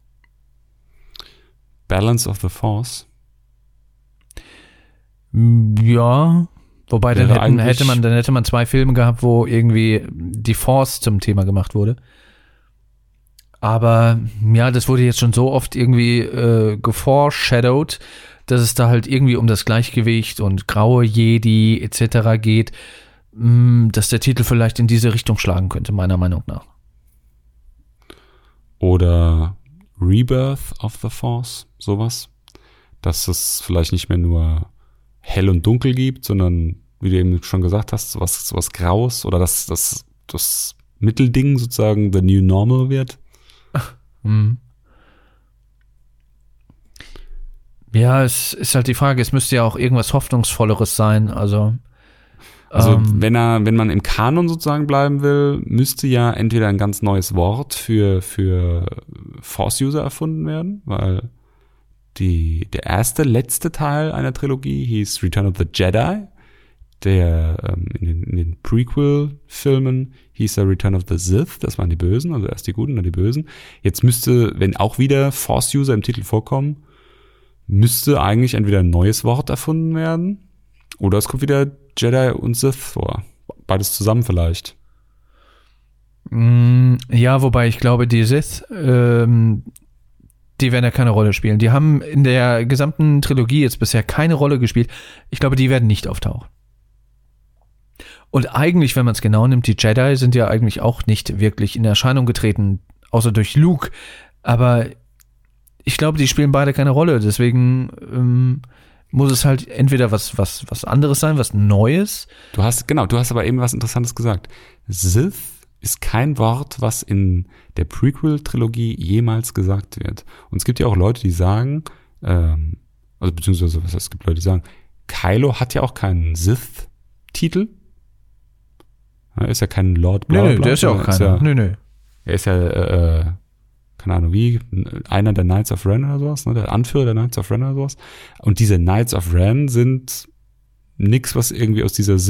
Balance of the Force? Ja, wobei dann Wäre hätte man 2 Filme gehabt, wo irgendwie die Force zum Thema gemacht wurde. Aber ja, das wurde jetzt schon so oft irgendwie geforeshadowed, dass es da halt irgendwie um das Gleichgewicht und graue Jedi etc. geht, dass der Titel vielleicht in diese Richtung schlagen könnte, meiner Meinung nach. Oder Rebirth of the Force, sowas. Dass es vielleicht nicht mehr nur hell und dunkel gibt, sondern, wie du eben schon gesagt hast, sowas Graues oder das Mittelding sozusagen the new normal wird. Ja, es ist halt die Frage, es müsste ja auch irgendwas Hoffnungsvolleres sein, also wenn man im Kanon sozusagen bleiben will, müsste ja entweder ein ganz neues Wort für Force-User erfunden werden, weil der letzte Teil einer Trilogie hieß Return of the Jedi. Der in den Prequel-Filmen hieß er Return of the Sith, das waren die Bösen, also erst die Guten, dann die Bösen. Jetzt müsste, wenn auch wieder Force-User im Titel vorkommen, müsste eigentlich entweder ein neues Wort erfunden werden oder es kommt wieder Jedi und Sith vor. Beides zusammen vielleicht. Ja, wobei ich glaube, die Sith, die werden ja keine Rolle spielen. Die haben in der gesamten Trilogie jetzt bisher keine Rolle gespielt. Ich glaube, die werden nicht auftauchen. Und eigentlich, wenn man es genau nimmt, die Jedi sind ja eigentlich auch nicht wirklich in Erscheinung getreten, außer durch Luke. Aber ich glaube, die spielen beide keine Rolle. Deswegen muss es halt entweder was anderes sein, was Neues. Du hast aber eben was Interessantes gesagt. Sith ist kein Wort, was in der Prequel-Trilogie jemals gesagt wird. Und es gibt ja auch Leute, die sagen, beziehungsweise, es gibt Leute, die sagen, Kylo hat ja auch keinen Sith-Titel. Er ist ja kein Lord Bla. Nee, der ist ja auch keiner. Nee. Er ist ja, keine Ahnung wie, einer der Knights of Ren oder sowas, ne? Der Anführer der Knights of Ren oder sowas. Und diese Knights of Ren sind nix, was irgendwie aus dieser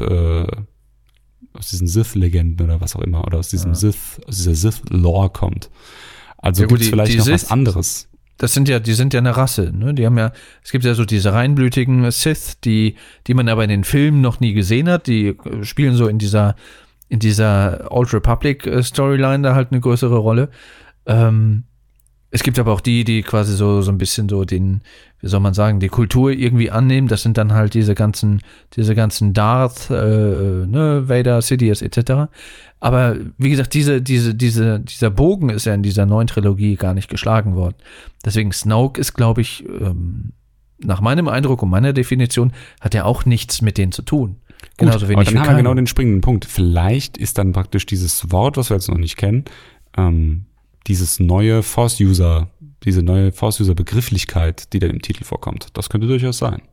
aus diesen Sith-Legenden oder was auch immer, oder aus dieser Sith-Lore kommt. Also ja, gut, gibt's vielleicht noch was anderes. die sind ja eine Rasse, ne? Die haben ja, es gibt ja so diese reinblütigen Sith, die man aber in den Filmen noch nie gesehen hat. Die spielen so in dieser Old Republic Storyline da halt eine größere Rolle. Es gibt aber auch die quasi so ein bisschen so den, wie soll man sagen, die Kultur irgendwie annehmen. Das sind dann halt diese ganzen Darth, Vader, Sidious etc. Aber wie gesagt, dieser Bogen ist ja in dieser neuen Trilogie gar nicht geschlagen worden. Deswegen Snoke ist, glaube ich, nach meinem Eindruck und meiner Definition, hat er auch nichts mit denen zu tun. Genauso wenig. Aber dann haben wir genau den springenden Punkt. Vielleicht ist dann praktisch dieses Wort, was wir jetzt noch nicht kennen, diese neue Force-User-Begrifflichkeit, die da im Titel vorkommt. Das könnte durchaus sein.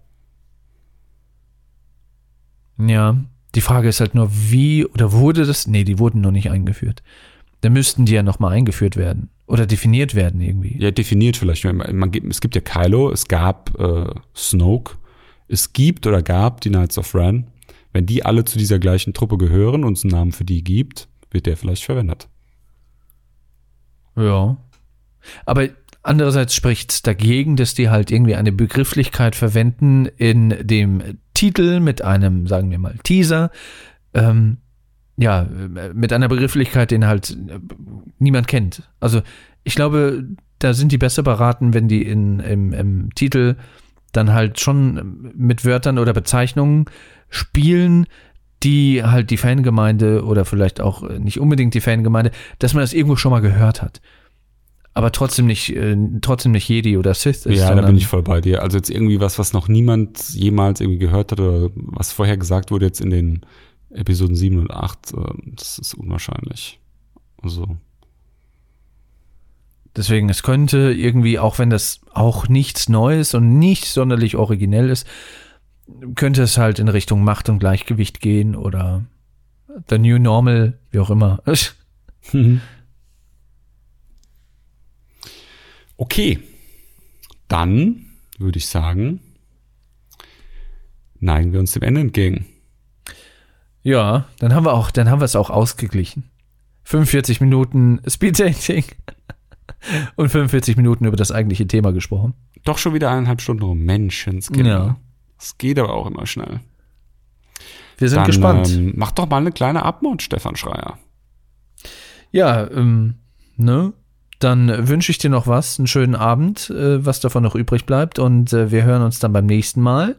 Ja, die Frage ist halt nur, wie oder wurde das? Nee, die wurden noch nicht eingeführt. Da müssten die ja nochmal eingeführt werden oder definiert werden irgendwie. Ja, definiert vielleicht. Es gibt ja Kylo, es gab Snoke, es gibt oder gab die Knights of Ren. Wenn die alle zu dieser gleichen Truppe gehören und es einen Namen für die gibt, wird der vielleicht verwendet. Ja. Aber andererseits spricht es dagegen, dass die halt irgendwie eine Begrifflichkeit verwenden in dem Titel mit einem, sagen wir mal, Teaser. Mit einer Begrifflichkeit, den halt niemand kennt. Also ich glaube, da sind die besser beraten, wenn die im Titel dann halt schon mit Wörtern oder Bezeichnungen spielen, die halt die Fangemeinde oder vielleicht auch nicht unbedingt die Fangemeinde, dass man das irgendwo schon mal gehört hat. Aber trotzdem nicht Jedi oder Sith ist. Ja, da bin ich voll bei dir. Also jetzt irgendwie was noch niemand jemals irgendwie gehört hat oder was vorher gesagt wurde jetzt in den Episoden 7 und 8, das ist unwahrscheinlich. Also. Deswegen, es könnte irgendwie, auch wenn das auch nichts Neues und nicht sonderlich originell ist, könnte es halt in Richtung Macht und Gleichgewicht gehen oder The New Normal, wie auch immer. Okay, dann würde ich sagen, neigen wir uns dem Ende entgegen. Ja, dann haben wir es auch ausgeglichen. 45 Minuten Speeddating und 45 Minuten über das eigentliche Thema gesprochen. Doch schon wieder 1,5 Stunden rum. Menschenskinder. Ja. Es geht aber auch immer schnell. Wir sind gespannt. Mach doch mal eine kleine Abmord, Stefan Schreier. Ja, ne? Dann wünsche ich dir noch einen schönen Abend, was davon noch übrig bleibt. Und wir hören uns dann beim nächsten Mal.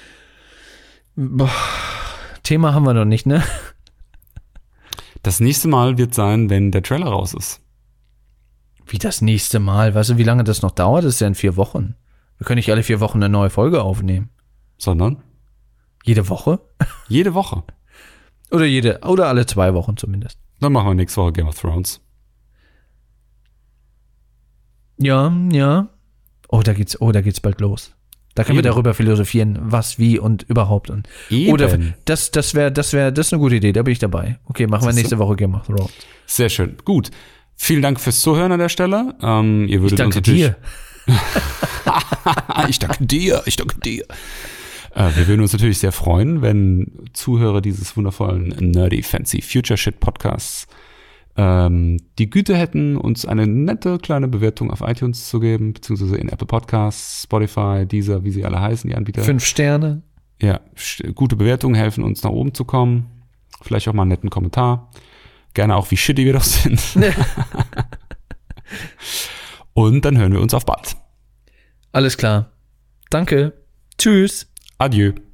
Thema haben wir noch nicht, ne? Das nächste Mal wird sein, wenn der Trailer raus ist. Wie das nächste Mal? Weißt du, wie lange das noch dauert? Das ist ja in 4 Wochen. Wir können nicht alle 4 Wochen eine neue Folge aufnehmen. Sondern? Jede Woche? Jede Woche. Oder alle 2 Wochen zumindest. Dann machen wir nächste Woche Game of Thrones. Ja. Oh, da geht's bald los. Da können wir darüber philosophieren, was, wie und überhaupt. Und oder das ist eine gute Idee, da bin ich dabei. Okay, machen wir nächste Woche Game of Thrones. Sehr schön. Gut. Vielen Dank fürs Zuhören an der Stelle. Ihr würdet uns natürlich. Ich danke dir. Wir würden uns natürlich sehr freuen, wenn Zuhörer dieses wundervollen Nerdy Fancy Future Shit Podcasts die Güte hätten, uns eine nette kleine Bewertung auf iTunes zu geben, beziehungsweise in Apple Podcasts, Spotify, Deezer, wie sie alle heißen, die Anbieter. 5 Sterne. Ja, gute Bewertungen helfen uns nach oben zu kommen. Vielleicht auch mal einen netten Kommentar. Gerne auch, wie shitty wir doch sind. Und dann hören wir uns auf bald. Alles klar. Danke. Tschüss. Adieu.